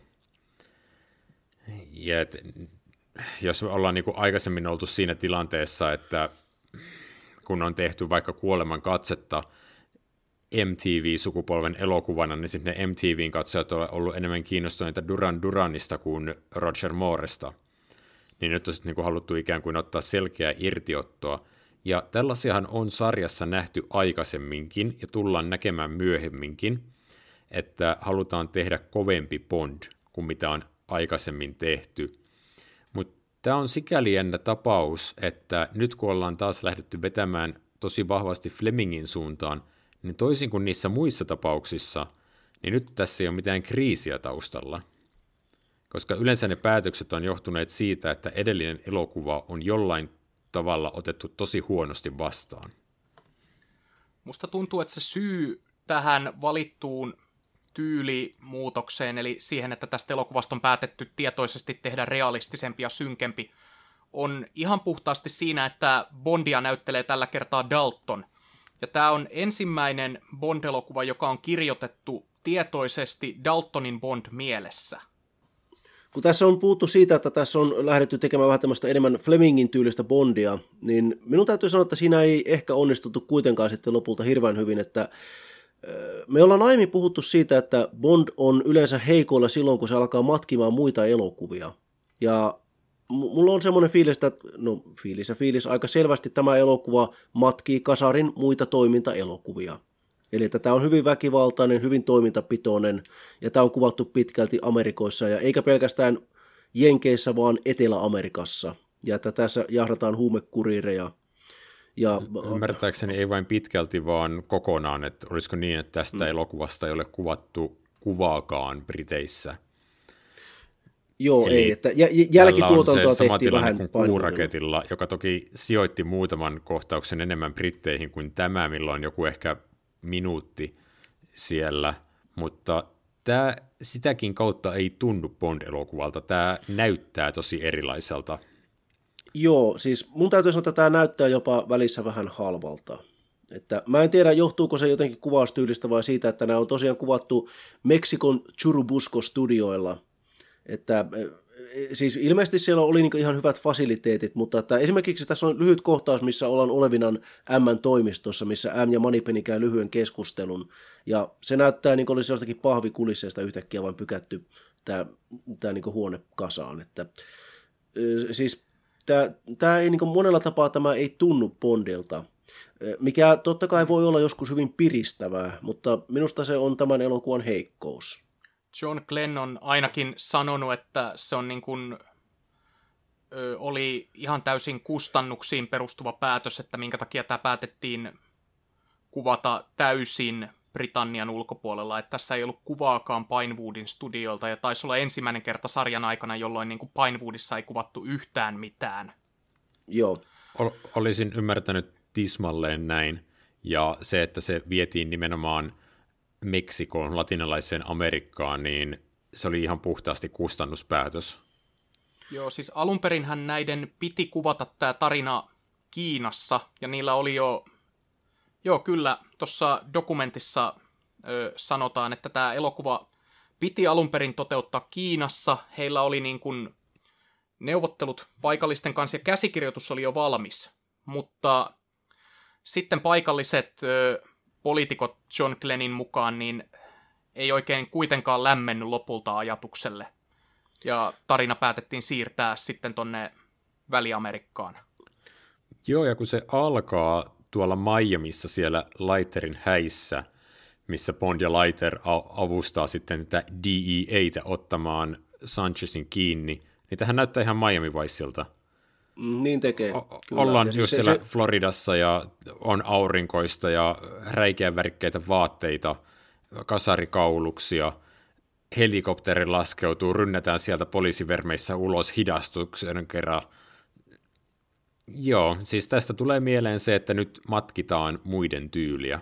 Ja jos me ollaan niin kuin aikaisemmin oltu siinä tilanteessa, että kun on tehty vaikka Kuoleman katsetta MTV-sukupolven elokuvana, niin sitten ne MTVn katsojat on ollut enemmän kiinnostuneita Duran Duranista kuin Roger Mooresta. Niin nyt on sitten niin kuin haluttu ikään kuin ottaa selkeää irtiottoa. Ja tällaisiahan on sarjassa nähty aikaisemminkin ja tullaan näkemään myöhemminkin, että halutaan tehdä kovempi Bond kuin mitä on aikaisemmin tehty. Mutta tämä on sikäli jännä tapaus, että nyt kun ollaan taas lähdetty vetämään tosi vahvasti Flemingin suuntaan, niin toisin kuin niissä muissa tapauksissa, niin nyt tässä ei ole mitään kriisiä taustalla. Koska yleensä ne päätökset on johtuneet siitä, että edellinen elokuva on jollain tavalla otettu tosi huonosti vastaan. Musta tuntuu, että se syy tähän valittuun tyylimuutokseen, eli siihen, että tästä elokuvasta on päätetty tietoisesti tehdä realistisempi ja synkempi, on ihan puhtaasti siinä, että Bondia näyttelee tällä kertaa Dalton. Ja tämä on ensimmäinen Bond-elokuva, joka on kirjoitettu tietoisesti Daltonin Bond mielessä. Kun tässä on puhuttu siitä, että tässä on lähdetty tekemään vähän tämmöistä enemmän Flemingin tyylistä Bondia, niin minun täytyy sanoa, että siinä ei ehkä onnistuttu kuitenkaan sitten lopulta hirveän hyvin, että me ollaan aiemmin puhuttu siitä, että Bond on yleensä heikoilla silloin, kun se alkaa matkimaan muita elokuvia. Ja mulla on semmoinen fiilis, että fiilis aika selvästi tämä elokuva matkii kasarin muita toimintaelokuvia. Eli että tämä on hyvin väkivaltainen, hyvin toimintapitoinen, ja tämä on kuvattu pitkälti Amerikoissa, ja eikä pelkästään Jenkeissä, vaan Etelä-Amerikassa. Ja että tässä jahdataan huumekuriireja. Ja ymmärtääkseni ei vain pitkälti, vaan kokonaan, että olisiko niin, että tästä elokuvasta ei ole kuvattu kuvaakaan Briteissä. Joo, eli ei, että jälkituotantoa se tehtiin vähän kuin Kuuraketilla, joka toki sijoitti muutaman kohtauksen enemmän Britteihin kuin tämä, milloin joku ehkä minuutti siellä, mutta tämä sitäkin kautta ei tunnu Bond-elokuvalta. Tämä näyttää tosi erilaiselta. Joo, siis mun täytyy sanoa, että tämä näyttää jopa välissä vähän halvalta. Että mä en tiedä, johtuuko se jotenkin kuvaustyylistä vai siitä, että nämä on tosiaan kuvattu Meksikon Churubusco-studioilla. Että siis ilmeisesti siellä oli niin ihan hyvät fasiliteetit, mutta että esimerkiksi tässä on lyhyt kohtaus, missä ollaan olevinan M-toimistossa, missä M ja Moneypenny käy lyhyen keskustelun. Ja se näyttää niin kuin olisi jostakin pahvikulisseista yhtäkkiä vain pykätty tämä niin huone kasaan. Että, siis tämä ei niin kuin monella tapaa tämä ei tunnu Bondilta, mikä totta kai voi olla joskus hyvin piristävää, mutta minusta se on tämän elokuvan heikkous. John Glenn on ainakin sanonut, että se on niin kuin, oli ihan täysin kustannuksiin perustuva päätös, että minkä takia tämä päätettiin kuvata täysin Britannian ulkopuolella, että tässä ei ollut kuvaakaan Pinewoodin studiolta, ja taisi olla ensimmäinen kerta sarjan aikana, jolloin niin kuin Pinewoodissa ei kuvattu yhtään mitään. Joo. Olisin ymmärtänyt tismalleen näin, ja se, että se vietiin nimenomaan Meksikoon, latinalaiseen Amerikkaan, niin se oli ihan puhtaasti kustannuspäätös. Joo, siis alunperinhän näiden piti kuvata tämä tarina Kiinassa, ja niillä oli joo kyllä, tuossa dokumentissa sanotaan, että tämä elokuva piti alunperin toteuttaa Kiinassa, heillä oli niin kuin neuvottelut paikallisten kanssa, ja käsikirjoitus oli jo valmis, mutta sitten paikalliset poliitikot John Glennin mukaan niin ei oikein kuitenkaan lämmennyt lopulta ajatukselle. Ja tarina päätettiin siirtää sitten tonne Väli-Amerikkaan. Joo, ja kun se alkaa tuolla Miamissa siellä Leiterin häissä, missä Bond ja Leiter avustaa sitten tätä DEAtä ottamaan Sanchezin kiinni, niin tähän näyttää ihan Miami Viceilta. Niin tekee. Kyllä. Ollaan ja just siis siellä Floridassa ja on aurinkoista ja räikeän värikkäitä vaatteita, kasarikauluksia, helikopteri laskeutuu, rynnätään sieltä poliisivermeissä ulos hidastuksen kerran. Joo, siis tästä tulee mieleen se, että nyt matkitaan muiden tyyliä.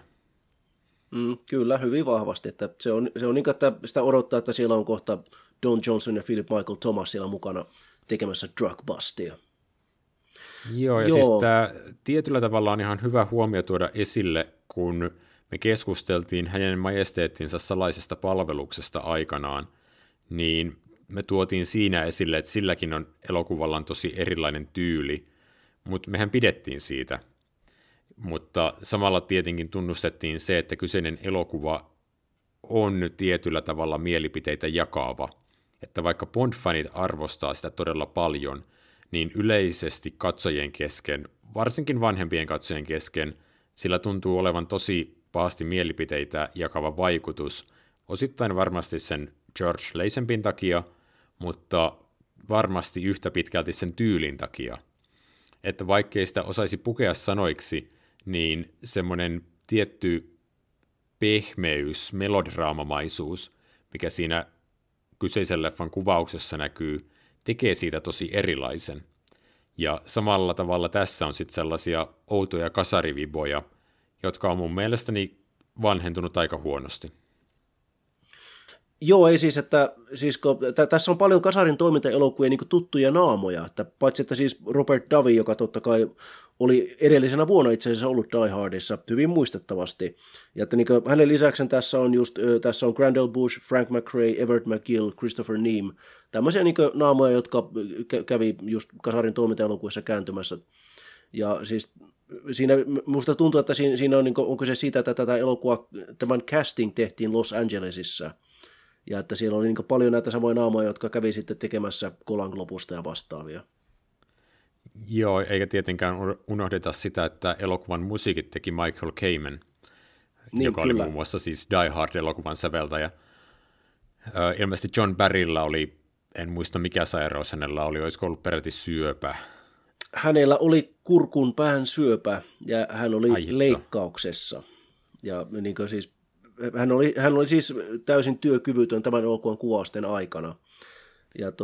Kyllä, hyvin vahvasti. Että se on niin, että sitä odottaa, että siellä on kohta Don Johnson ja Philip Michael Thomas siellä mukana tekemässä drugbustia. Joo, ja siis tämä tietyllä tavalla on ihan hyvä huomio tuoda esille, kun me keskusteltiin hänen majesteettinsa salaisesta palveluksesta aikanaan, niin me tuotiin siinä esille, että silläkin on elokuvallaan tosi erilainen tyyli, mutta mehän pidettiin siitä. Mutta samalla tietenkin tunnustettiin se, että kyseinen elokuva on tietyllä tavalla mielipiteitä jakava. Että vaikka Bond-fanit arvostaa sitä todella paljon, niin yleisesti katsojien kesken, varsinkin vanhempien katsojien kesken, sillä tuntuu olevan tosi pahasti mielipiteitä jakava vaikutus, osittain varmasti sen George Lazenbyn takia, mutta varmasti yhtä pitkälti sen tyylin takia. Että vaikkei sitä osaisi pukea sanoiksi, niin semmoinen tietty pehmeys, melodraamamaisuus, mikä siinä kyseisen leffan kuvauksessa näkyy, tekee siitä tosi erilaisen. Ja samalla tavalla tässä on sitten sellaisia outoja kasariviboja, jotka on mun mielestäni vanhentunut aika huonosti. Joo, ei siis, että tässä on paljon kasarin toimintaelokuvia niin tuttuja naamoja, että paitsi että siis Robert Davi, joka totta kai oli edellisenä vuonna itse asiassa ollut Die Hardissa hyvin muistettavasti, ja että niin hänen lisäksi tässä on Grandel Bush, Frank McRae, Everett McGill, Christopher Neame, tämmöisiä niin naamoja, jotka kävi just kasarin toimintaelokuvissa kääntymässä, ja siis siinä musta tuntuu, että siinä on, onko se siitä, että tätä elokuvaa, tämän casting tehtiin Los Angelesissa, ja että siellä oli niin paljon näitä samoja naamoja, jotka kävi sitten tekemässä Golan Globusta ja vastaavia. Joo, eikä tietenkään unohdeta sitä, että elokuvan musiikit teki Michael Kamen, niin, joka kyllä. oli muun muassa siis Die Hard-elokuvan säveltäjä. Ilmeisesti John Barrylla oli, en muista mikä sairaus hänellä oli, olisiko ollut peräti syöpä. Hänellä oli kurkun pään syöpä ja hän oli leikkauksessa. Ja niin siis, hän oli siis täysin työkyvytön tämän elokuvan kuvausten aikana. Ja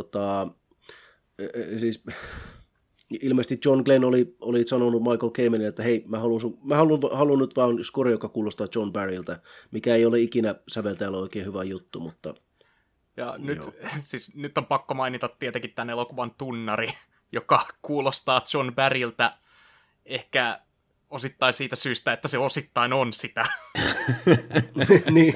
siis ilmeisesti John Glenn oli sanonut Michael Kamenille, että hei, mä haluan nyt vaan score, joka kuulostaa John Barryltä, mikä ei ole ikinä säveltäjällä oikein hyvä juttu, mutta... Ja nyt on pakko mainita tietenkin tämän elokuvan tunnari, joka kuulostaa John Barryltä ehkä osittain siitä syystä, että se osittain on sitä. niin.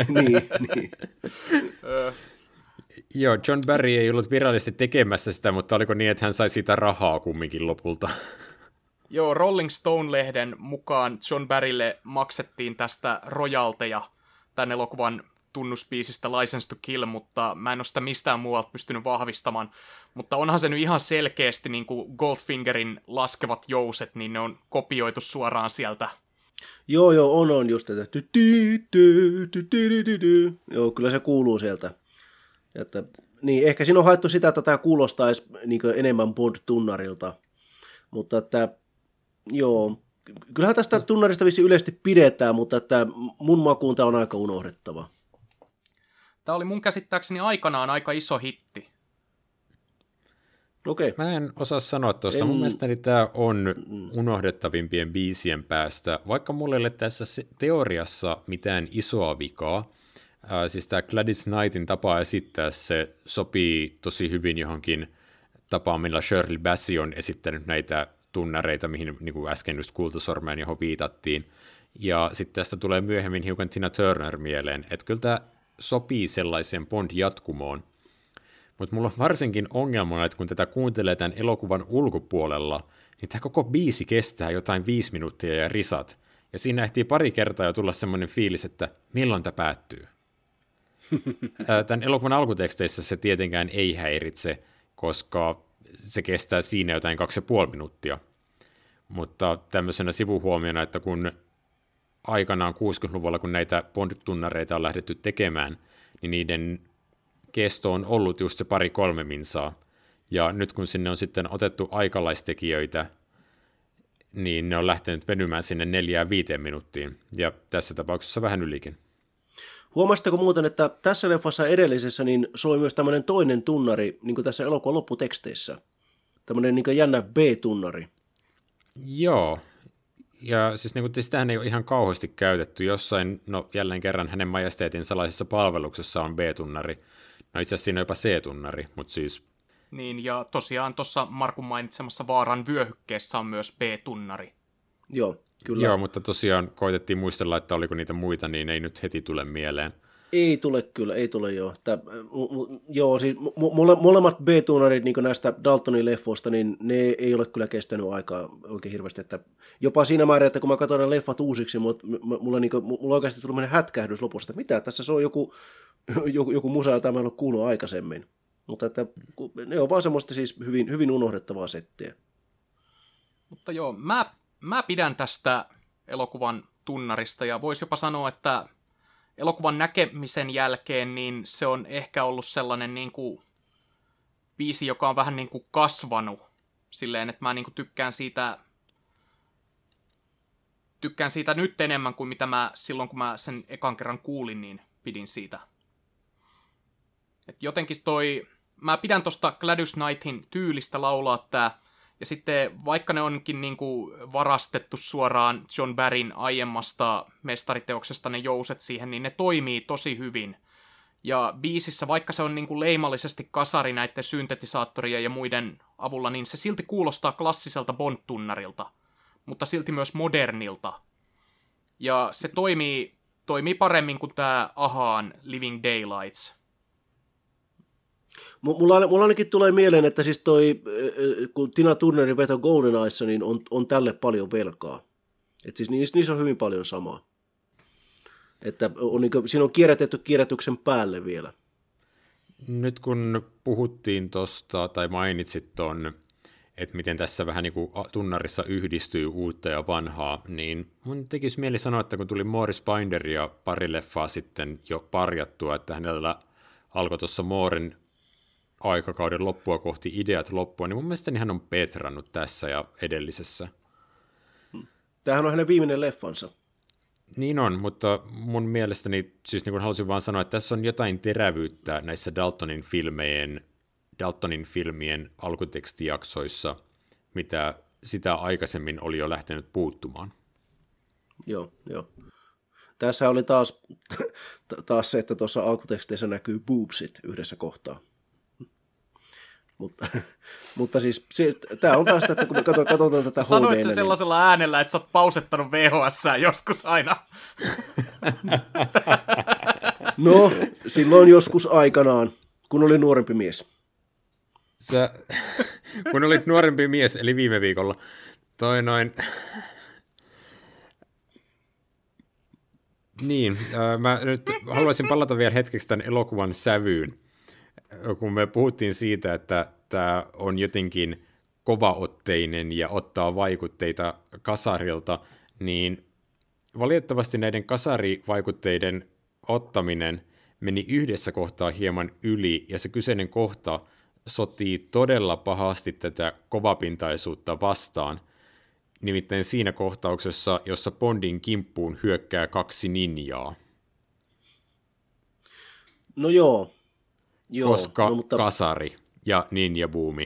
Joo, John Barry ei ollut virallisesti tekemässä sitä, mutta oliko niin, että hän sai siitä rahaa kumminkin lopulta? Joo, Rolling Stone-lehden mukaan John Barrylle maksettiin tästä rojalteja tämän elokuvan tunnuspiisistä License to Kill, mutta mä en ole sitä mistään muualta pystynyt vahvistamaan. Mutta onhan se nyt ihan selkeästi niin kuin Goldfingerin laskevat jouset, niin ne on kopioitu suoraan sieltä. Joo, on just tätä. Joo, kyllä se kuuluu sieltä. Että, niin, ehkä siinä on haettu sitä, että tämä kuulostaisi niin enemmän Bond-tunnarilta. Mutta että, joo, kyllähän tästä tunnarista vissi yleisesti pidetään, mutta että mun makuun tämä on aika unohdettava. Tämä oli mun käsittääkseni aikanaan aika iso hitti. Okei. Mä en osaa sanoa tuosta. Mun mielestäni tämä on unohdettavimpien biisien päästä, vaikka mulla ei ole tässä teoriassa mitään isoa vikaa. Siis tämä Gladys Knightin tapa esittää, se sopii tosi hyvin johonkin tapaan, millä Shirley Bassey on esittänyt näitä tunnareita, mihin niin kuin äsken just Kultasormeen, johon viitattiin. Ja sitten tästä tulee myöhemmin hiukan Tina Turner mieleen, että kyllä tämä sopii sellaiseen Bond-jatkumoon. Mutta mulla on varsinkin ongelmana, että kun tätä kuuntelee tämän elokuvan ulkopuolella, niin tämä koko biisi kestää jotain 5 minuuttia ja risat. Ja siinä ehtii pari kertaa jo tulla semmoinen fiilis, että milloin tämä päättyy. Tämän elokuvan alkuteksteissä se tietenkään ei häiritse, koska se kestää siinä jotain 2,5 minuuttia. Mutta tämmöisenä sivuhuomiona, että kun aikanaan 60-luvulla, kun näitä Bond-tunnareita on lähdetty tekemään, niin niiden kesto on ollut just se 2-3 minsaa. Ja nyt kun sinne on sitten otettu aikalaistekijöitä, niin ne on lähtenyt venymään sinne 4-5 minuuttiin, ja tässä tapauksessa vähän ylikin. Huomasitteko muuten, että tässä leffassa edellisessä niin soi myös tämmöinen toinen tunnari, niin kuin tässä elokuvan lopputeksteissä. Tämmöinen niin kuin jännä B-tunnari. Joo, ja siis niin kuin, sitähän ei ole ihan kauheasti käytetty. Jossain, no jälleen kerran hänen majesteetin salaisessa palveluksessa on B-tunnari. No itse asiassa siinä on jopa C-tunnari, mutta siis... Niin, ja tosiaan tuossa Markun mainitsemassa Vaaran vyöhykkeessä on myös B-tunnari. Joo, kyllä. Joo, mutta tosiaan koitettiin muistella, että oliko niitä muita, niin ei nyt heti tule mieleen. Ei tule kyllä, ei tule joo. Joo, siis molemmat B-tuunarit niin näistä Daltonin leffoista, niin ne ei ole kyllä kestänyt aikaa oikein hirveästi. Että jopa siinä määrin, että kun mä katsoin ne leffat uusiksi, mulla oikeasti tuli meidän hätkähdys lopussa, että mitä, tässä se on joku musa, jota mä en ole kuullut aikaisemmin. Mutta että ne on vaan semmoista siis hyvin unohdettavaa settiä. Mutta joo, mä pidän tästä elokuvan tunnarista, ja voisi jopa sanoa, että elokuvan näkemisen jälkeen niin se on ehkä ollut sellainen niin kuin biisi, joka on vähän niin kuin kasvanut silleen, että mä niin kuin tykkään siitä nyt enemmän kuin mitä mä silloin, kun mä sen ekan kerran kuulin, niin pidin siitä. Et jotenkin mä pidän tosta Gladys Knighthin tyylistä laulaa tää, ja sitten vaikka ne onkin niinku varastettu suoraan John Barryn aiemmasta mestariteoksesta ne jouset siihen, niin ne toimii tosi hyvin. Ja biisissä, vaikka se on niinku leimallisesti kasari näiden syntetisaattorien ja muiden avulla, niin se silti kuulostaa klassiselta Bond-tunnarilta, mutta silti myös modernilta. Ja se toimii paremmin kuin tää Ahaan Living Daylights. Mulla ainakin tulee mieleen, että siis kun Tina Turnerin veto GoldenEyessa, niin on tälle paljon velkaa. Et siis niissä on hyvin paljon samaa. Että siinä on kierrätetty kierrätyksen päälle vielä. Nyt kun puhuttiin tuosta, tai mainitsit ton, että miten tässä vähän niin kuin tunnarissa yhdistyy uutta ja vanhaa, niin mun tekisi mieli sanoa, että kun tuli Morris Binderia pari leffaa sitten jo parjattua, että hänellä alkoi tuossa Mooren aikakauden loppua kohti ideat loppua, niin mun mielestäni hän on petrannut tässä ja edellisessä. Tämähän on hänen viimeinen leffansa. Niin on, mutta mun mielestäni, siis niin kuin halusin vaan sanoa, että tässä on jotain terävyyttä näissä Daltonin filmien alkutekstijaksoissa, mitä sitä aikaisemmin oli jo lähtenyt puuttumaan. Joo. Tässä oli taas se, että tuossa alkuteksteissä näkyy boobsit yhdessä kohtaa. Mutta siis tämä on taas, että kun me katsotaan tätä sanoit sen sellaisella äänellä, että sä oot pausettanut VHS:ää joskus aina. No, silloin joskus aikanaan, kun oli nuorempi mies. Kun olit nuorempi mies, eli viime viikolla, Niin, mä nyt haluaisin palata vielä hetkeksi tämän elokuvan sävyyn. Kun me puhuttiin siitä, että tämä on jotenkin kovaotteinen ja ottaa vaikutteita kasarilta, niin valitettavasti näiden kasarivaikutteiden ottaminen meni yhdessä kohtaa hieman yli, ja se kyseinen kohta sotii todella pahasti tätä kovapintaisuutta vastaan, nimittäin siinä kohtauksessa, jossa Bondin kimppuun hyökkää 2 ninjaa. No joo. Koska mutta kasari ja ninjabuumi.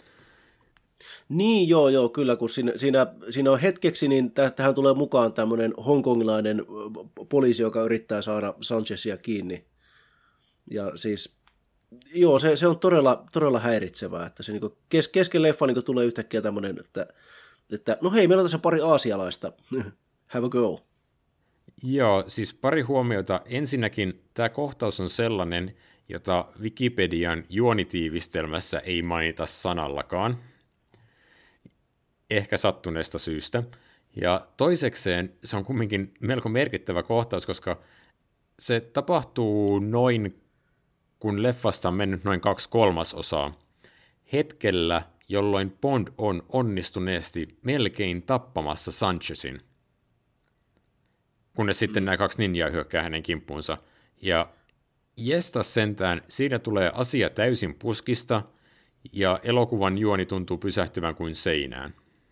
Niin joo, kyllä, kun siinä on hetkeksi, niin tähän tulee mukaan tämmöinen hongkongilainen poliisi, joka yrittää saada Sanchezia kiinni. Ja siis, joo, se on todella häiritsevää, että se niin kesken leffa niin tulee yhtäkkiä tämmöinen, että no hei, meillä on tässä pari aasialaista, have a go. Joo, siis pari huomiota. Ensinnäkin tämä kohtaus on sellainen, jota Wikipedian juonitiivistelmässä ei mainita sanallakaan, ehkä sattuneesta syystä. Ja toisekseen se on kumminkin melko merkittävä kohtaus, koska se tapahtuu kun leffasta on mennyt noin 2/3, hetkellä, jolloin Bond on onnistuneesti melkein tappamassa Sanchezin, kunnes sitten nämä 2 ninjaa hyökkää hänen kimppuunsa. Ja jestas sentään, siinä tulee asia täysin puskista, ja elokuvan juoni tuntuu pysähtyvän kuin seinään.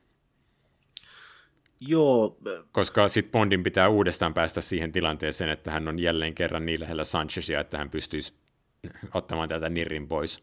Joo. Koska sitten Bondin pitää uudestaan päästä siihen tilanteeseen, että hän on jälleen kerran niin lähellä Sanchezia, että hän pystyisi ottamaan tätä nirrin pois.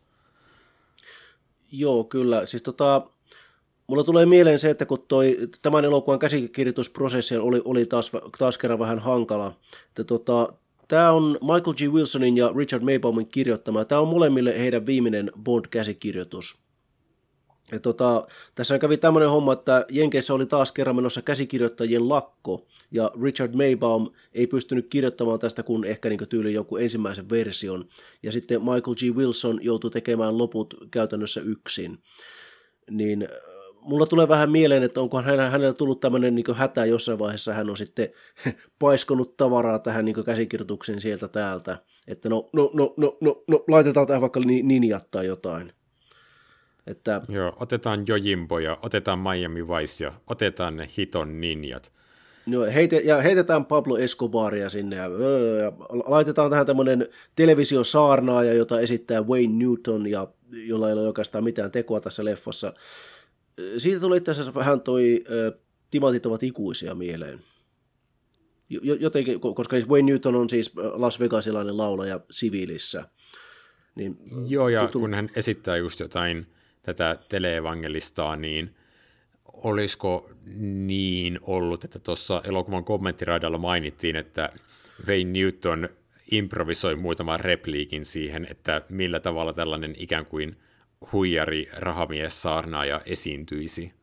Joo, kyllä. Siis mulla tulee mieleen se, että kun tämän elokuvan käsikirjoitusprosessi oli taas kerran vähän hankala. Tämä on Michael G. Wilsonin ja Richard Maybaumin kirjoittama. Tämä on molemmille heidän viimeinen Bond-käsikirjoitus. Ja tässä kävi tämmöinen homma, että Jenkeissä oli taas kerran menossa käsikirjoittajien lakko, ja Richard Maybaum ei pystynyt kirjoittamaan tästä kuin ehkä niin tyyliin joku ensimmäisen version, ja sitten Michael G. Wilson joutui tekemään loput käytännössä yksin. Niin mulla tulee vähän mieleen, että onko hänellä tullut tämmöinen niin hätä jossain vaiheessa, hän on sitten paiskonut tavaraa tähän niin käsikirjoitukseen sieltä täältä, että no, laitetaan tähän vaikka ninjat tai jotain. Että... Joo, otetaan Jojimbo ja otetaan Miami Vice ja otetaan ne hiton ninjat. No, heitetään Pablo Escobaria sinne ja laitetaan tähän tämmöinen televisiosaarnaaja, jota esittää Wayne Newton ja jolla ei ole oikeastaan mitään tekoa tässä leffassa. Siitä tuli itse asiassa vähän Timantit ovat ikuisia mieleen. Jotenkin, koska Wayne Newton on siis Las Vegasilainen laulaja siviilissä. Niin, joo, ja kun hän esittää just jotain tätä teleevangelistaa, niin olisiko niin ollut, että tuossa elokuvan kommenttiraidalla mainittiin, että Wayne Newton improvisoi muutaman repliikin siihen, että millä tavalla tällainen ikään kuin huijari rahamies saarnaaja esiintyisi.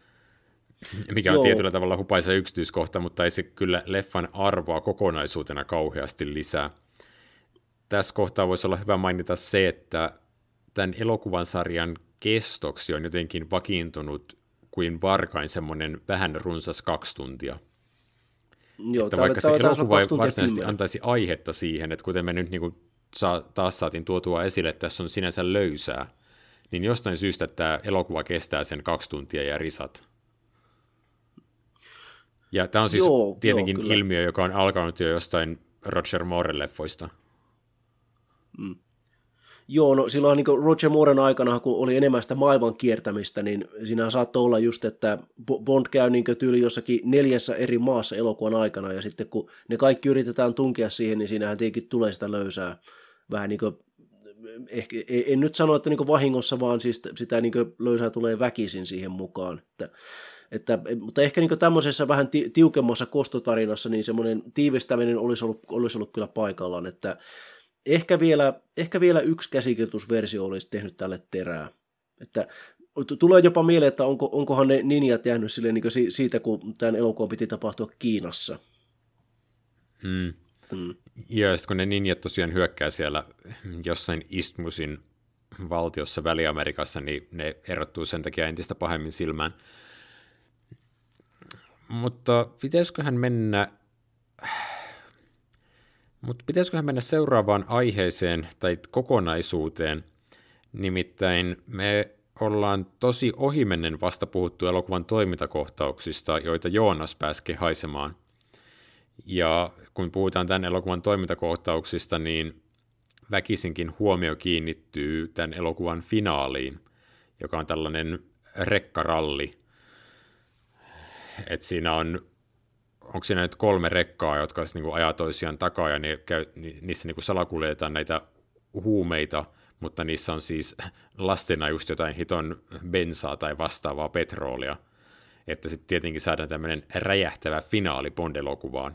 Mikä on tietyllä tavalla hupaisa yksityiskohta, mutta ei se kyllä leffan arvoa kokonaisuutena kauheasti lisää. Tässä kohtaa voisi olla hyvä mainita se, että tämän elokuvan sarjan kestoksi on jotenkin vakiintunut kuin varkain semmoinen vähän runsas 2 tuntia. Joo, että vaikka se elokuva ei varsinaisesti antaisi aihetta siihen, että kuten me nyt niin kuin taas saatiin tuotua esille, että tässä on sinänsä löysää, niin jostain syystä tämä elokuva kestää sen 2 tuntia ja risat. Ja tämä on siis tietenkin ilmiö, joka on alkanut jo jostain Roger Moore-leffoista. Mm. Joo, no silloin niin Roger Mooren aikana, kun oli enemmän sitä maailman kiertämistä, niin siinä saattoi olla just, että Bond käy niin tyyli jossakin 4 eri maassa elokuvan aikana, ja sitten kun ne kaikki yritetään tunkea siihen, niin siinähän tietenkin tulee sitä löysää vähän niin kuin, ehkä, en nyt sano, että niin vahingossa, vaan siis sitä niin löysää tulee väkisin siihen mukaan. Mutta ehkä niin tämmöisessä vähän tiukemmassa kostotarinassa, niin semmoinen tiivistäminen olisi ollut kyllä paikallaan, että Ehkä vielä yksi käsikirjoitusversio olisi tehnyt tälle terää. Että tulee jopa mieleen, että onkohan ne ninjat jäänyt silleen niin siitä, kun tämän elokuvan piti tapahtua Kiinassa. Ja sitten kun ne ninjat tosiaan hyökkää siellä jossain Isthmusin valtiossa Väli-Amerikassa, niin ne erottuu sen takia entistä pahemmin silmään. Mutta pitäisiköhän mennä seuraavaan aiheeseen tai kokonaisuuteen, nimittäin me ollaan tosi ohimennen vasta puhuttu elokuvan toimintakohtauksista, joita Joonas pääsi kehaisemaan. Ja kun puhutaan tämän elokuvan toimintakohtauksista, niin väkisinkin huomio kiinnittyy tämän elokuvan finaaliin, joka on tällainen rekkaralli. Että siinä onko siinä nyt 3 rekkaa, jotka niin ajaa toisiaan takaa, ja niissä niin salakuljetaan näitä huumeita, mutta niissä on siis lastena just jotain hiton bensaa tai vastaavaa petrolia, että sitten tietenkin saadaan tämmöinen räjähtävä finaali Bond-elokuvaan.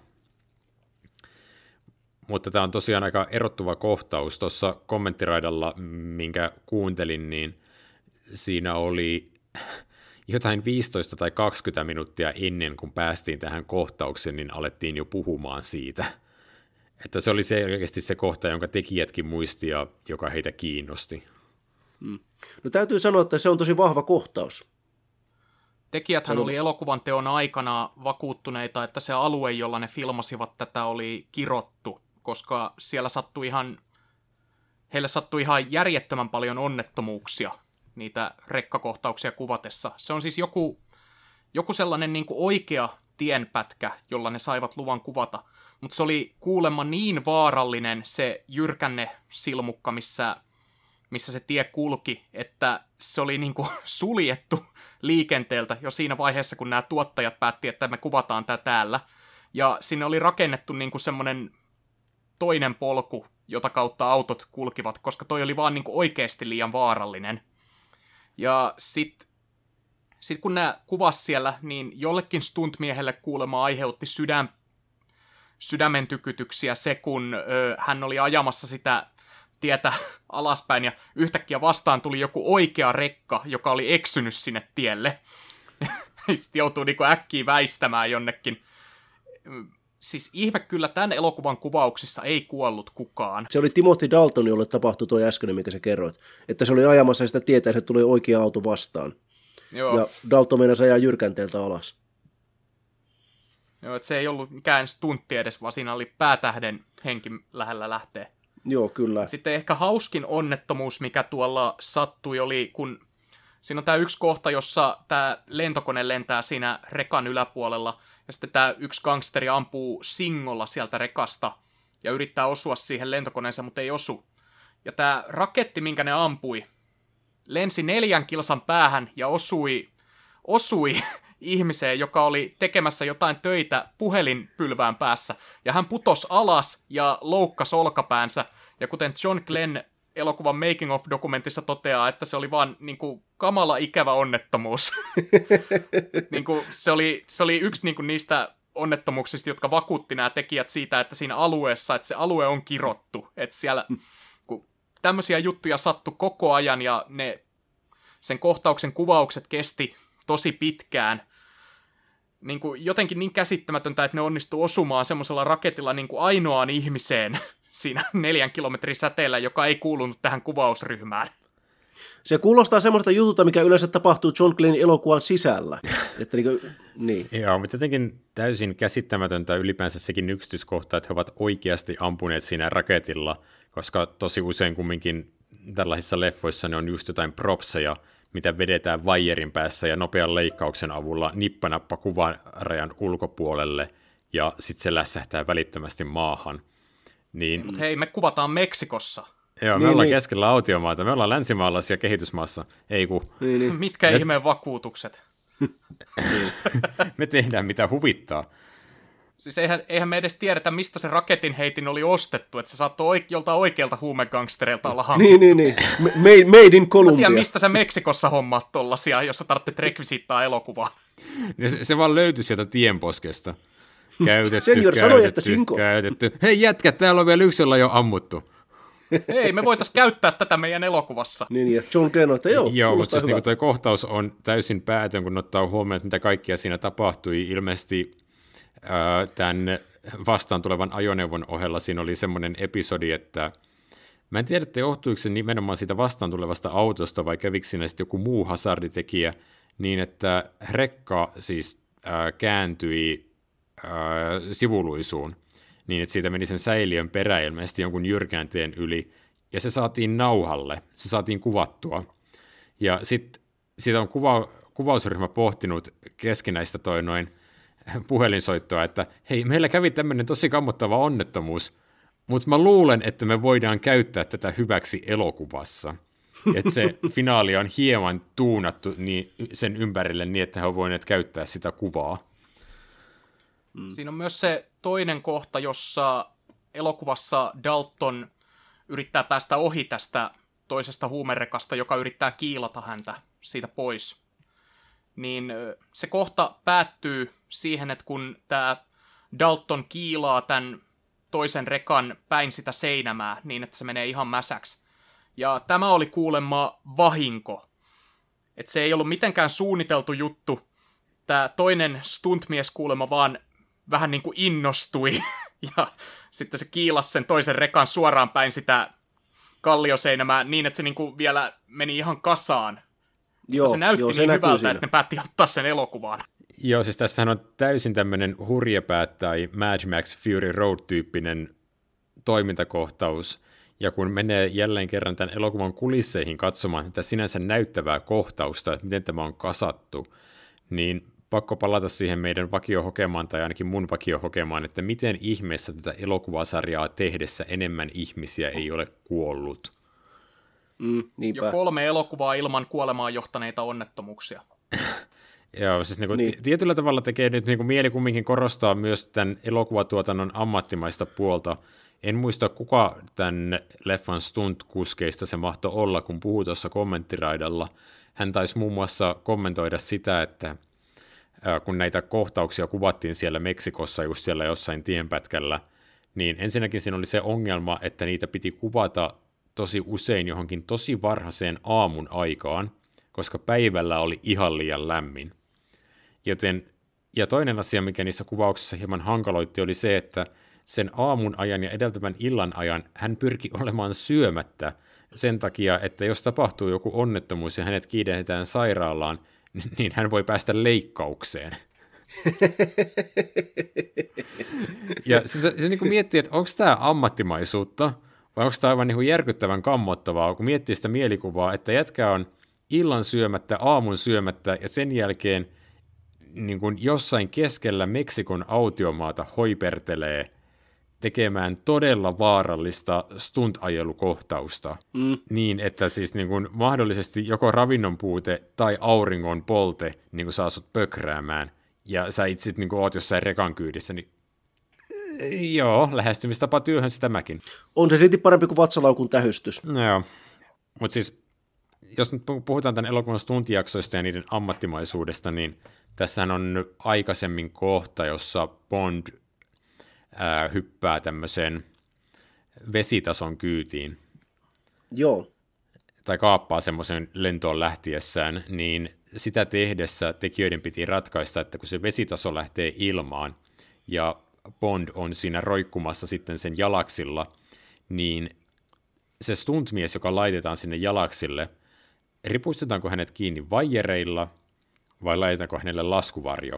Mutta tämä on tosiaan aika erottuva kohtaus. Tuossa kommenttiraidalla, minkä kuuntelin, niin siinä oli jotain 15 tai 20 minuuttia ennen kuin päästiin tähän kohtaukseen, niin alettiin jo puhumaan siitä. Että se oli selkeästi se kohta, jonka tekijätkin muisti ja joka heitä kiinnosti. No täytyy sanoa, että se on tosi vahva kohtaus. Tekijäthän oli elokuvan teon aikana vakuuttuneita, että se alue, jolla ne filmasivat tätä, oli kirottu, koska siellä heille sattui ihan järjettömän paljon onnettomuuksia niitä rekkakohtauksia kuvatessa. Se on siis joku sellainen niin kuin oikea tienpätkä, jolla ne saivat luvan kuvata. Mutta se oli kuulemma niin vaarallinen se jyrkänne silmukka, missä missä se tie kulki, että se oli niin kuin suljettu liikenteeltä jo siinä vaiheessa, kun nämä tuottajat päätti, että me kuvataan tämä täällä. Ja sinne oli rakennettu niin kuin semmoinen toinen polku, jota kautta autot kulkivat, koska toi oli vaan niin kuin oikeasti liian vaarallinen. Ja sit kun nämä kuvasi siellä, niin jollekin stuntmiehelle kuulemma aiheutti sydämen tykytyksiä se, kun hän oli ajamassa sitä tietä alaspäin, ja yhtäkkiä vastaan tuli joku oikea rekka, joka oli eksynyt sinne tielle. Sitten joutuu niin kuin äkkiä väistämään jonnekin. Siis ihme kyllä, tämän elokuvan kuvauksissa ei kuollut kukaan. Se oli Timothy Dalton, jolle tapahtui tuo äskeinen, mikä sä kerroit. Että se oli ajamassa sitä tietä, ja se tuli oikea auto vastaan. Joo. Ja Dalton meinasi ajaa jyrkänteeltä alas. Joo, että se ei ollut mikään stuntti edes, vaan siinä oli päätähden henki lähellä lähteä. Joo, kyllä. Sitten ehkä hauskin onnettomuus, mikä tuolla sattui, oli, kun siinä on tämä yksi kohta, jossa tämä lentokone lentää siinä rekan yläpuolella, ja sitten tämä yksi gangsteri ampuu singolla sieltä rekasta, ja yrittää osua siihen lentokoneeseen, mutta ei osu. Ja tämä raketti, minkä ne ampui, lensi 4 kilsan päähän ja osui ihmiseen, joka oli tekemässä jotain töitä puhelinpylvään päässä, ja hän putosi alas ja loukkasi olkapäänsä, ja kuten John Glenn elokuvan Making of-dokumentissa toteaa, että se oli vaan niin kuin kamala ikävä onnettomuus. Niin kuin, se oli yksi niin kuin niistä onnettomuuksista, jotka vakuutti nämä tekijät siitä, että siinä alueessa, että se alue on kirottu, että siellä kun tämmöisiä juttuja sattui koko ajan, ja sen kohtauksen kuvaukset kesti tosi pitkään, niin kuin jotenkin niin käsittämätöntä, että ne onnistuu osumaan semmoisella raketilla niin kuin ainoaan ihmiseen siinä 4 kilometrin säteellä, joka ei kuulunut tähän kuvausryhmään. Se kuulostaa semmoista jutulta, mikä yleensä tapahtuu John Glennin elokuvan sisällä. Että niin. Joo, mutta jotenkin täysin käsittämätöntä ylipäänsä sekin yksityiskohta, että he ovat oikeasti ampuneet siinä raketilla, koska tosi usein kumminkin tällaisissa leffoissa ne on just jotain propseja, mitä vedetään vaijerin päässä ja nopean leikkauksen avulla nippanappa kuvarajan ulkopuolelle, ja sitten se lässähtää välittömästi maahan. Niin, mutta hei, me kuvataan Meksikossa. Joo, me ollaan keskellä autiomaata, me ollaan länsimaalaisia kehitysmaassa, ei kun. Niin. Mitkä ihmeen vakuutukset? Me tehdään mitä huvittaa. Siis eihän me edes tiedetä, mistä se raketin heitin oli ostettu, että se saattoi joltain oikealta huumegangstereilta olla hankittu. Niin. Made in Colombia. Mä tiedän, mistä sä Meksikossa hommaat tollasia, jos sä tarvitset rekvisiittaa elokuvaa. Se vaan löytyi sieltä tienposkesta. Käytetty. Hei jätkät, täällä on vielä yksi, jolla jo ammuttu. Hei, me voitaisiin käyttää tätä meidän elokuvassa. Niin, ja John Glenn, että joo, mutta siis niin toi kohtaus on täysin päätön, kun ottaa huomioon, että mitä kaikkia siinä tapahtui. Ilmeisesti tämän vastaan tulevan ajoneuvon ohella siinä oli semmoinen episodi, että mä en tiedä, että johtuiko se nimenomaan siitä vastaan tulevasta autosta, vai kävikö siinä sitten joku muu hazarditekijä, niin että rekka siis kääntyi sivuluisuun, niin että siitä meni sen säiliön perä ilmeisesti jonkun jyrkänteen yli, ja se saatiin nauhalle, se saatiin kuvattua. Ja sitten siitä on kuvausryhmä pohtinut keskinäistä puhelinsoittoa, että hei, meillä kävi tämmöinen tosi kammottava onnettomuus, mutta mä luulen, että me voidaan käyttää tätä hyväksi elokuvassa. Että se finaali on hieman tuunattu sen ympärille niin, että he ovat voineet käyttää sitä kuvaa. Siinä on myös se toinen kohta, jossa elokuvassa Dalton yrittää päästä ohi tästä toisesta huumerekasta, joka yrittää kiilata häntä siitä pois. Niin se kohta päättyy siihen, että kun tämä Dalton kiilaa tämän toisen rekan päin sitä seinämää niin, että se menee ihan mäsäksi. Ja tämä oli kuulemma vahinko. Että se ei ollut mitenkään suunniteltu juttu. Tämä toinen stuntmies kuulemma vaan vähän niin kuin innostui. Ja sitten se kiilasi sen toisen rekan suoraan päin sitä kallioseinämää niin, että se niin kuin vielä meni ihan kasaan. Joo, se näytti niin hyvältä, siinä, että ne päätti ottaa sen elokuvaan. Joo, siis tässähän on täysin tämmöinen hurjapäät tai Mad Max Fury Road-tyyppinen toimintakohtaus, ja kun menee jälleen kerran tämän elokuvan kulisseihin katsomaan tätä sinänsä näyttävää kohtausta, että miten tämä on kasattu, niin pakko palata siihen meidän vakiohokemaan, tai ainakin mun vakiohokemaan, että miten ihmeessä tätä elokuvasarjaa tehdessä enemmän ihmisiä ei ole kuollut. Niinpä. Jo 3 elokuvaa ilman kuolemaan johtaneita onnettomuuksia. Joo, siis tietyllä tavalla tekee nyt mieli kumminkin korostaa myös tämän elokuvatuotannon ammattimaista puolta. En muista, kuka tämän leffan stunt-kuskeista se mahtoi olla, kun puhui tuossa kommenttiraidalla. Hän taisi muun muassa kommentoida sitä, että kun näitä kohtauksia kuvattiin siellä Meksikossa just siellä jossain tienpätkällä, niin ensinnäkin siinä oli se ongelma, että niitä piti kuvata tosi usein johonkin tosi varhaiseen aamun aikaan, koska päivällä oli ihan liian lämmin. Ja toinen asia, mikä niissä kuvauksissa hieman hankaloitti, oli se, että sen aamun ajan ja edeltävän illan ajan hän pyrki olemaan syömättä sen takia, että jos tapahtuu joku onnettomuus ja hänet kiirehditään sairaalaan, niin hän voi päästä leikkaukseen. Ja se niin kuin miettii, että onko tämä ammattimaisuutta, vai onko tämä aivan niin kuin järkyttävän kammottavaa, kun miettii sitä mielikuvaa, että jätkä on illan syömättä, aamun syömättä, ja sen jälkeen niin kuin jossain keskellä Meksikon autiomaata hoipertelee tekemään todella vaarallista stunt-ajelukohtausta, niin että siis niin kuin mahdollisesti joko ravinnon puute tai auringon polte niin kuin saa sut pökräämään, ja sä itse niin kuin oot jossain rekan kyydissä, niin joo, lähestymistapa työhön sitä mäkin. On se silti parempi kuin vatsalaukun tähystys. No joo, mutta siis jos nyt puhutaan tämän elokuvan stuntijaksoista ja niiden ammattimaisuudesta, niin tässähän on aikaisemmin kohta, jossa Bond hyppää tämmöiseen vesitason kyytiin. Joo. Tai kaappaa semmoisen lentoon lähtiessään, niin sitä tehdessä tekijöiden piti ratkaista, että kun se vesitaso lähtee ilmaan ja Bond on siinä roikkumassa sitten sen jalaksilla, niin se stuntmies, joka laitetaan sinne jalaksille, ripustetaanko hänet kiinni vaijereilla vai laitetaanko hänelle laskuvarjo?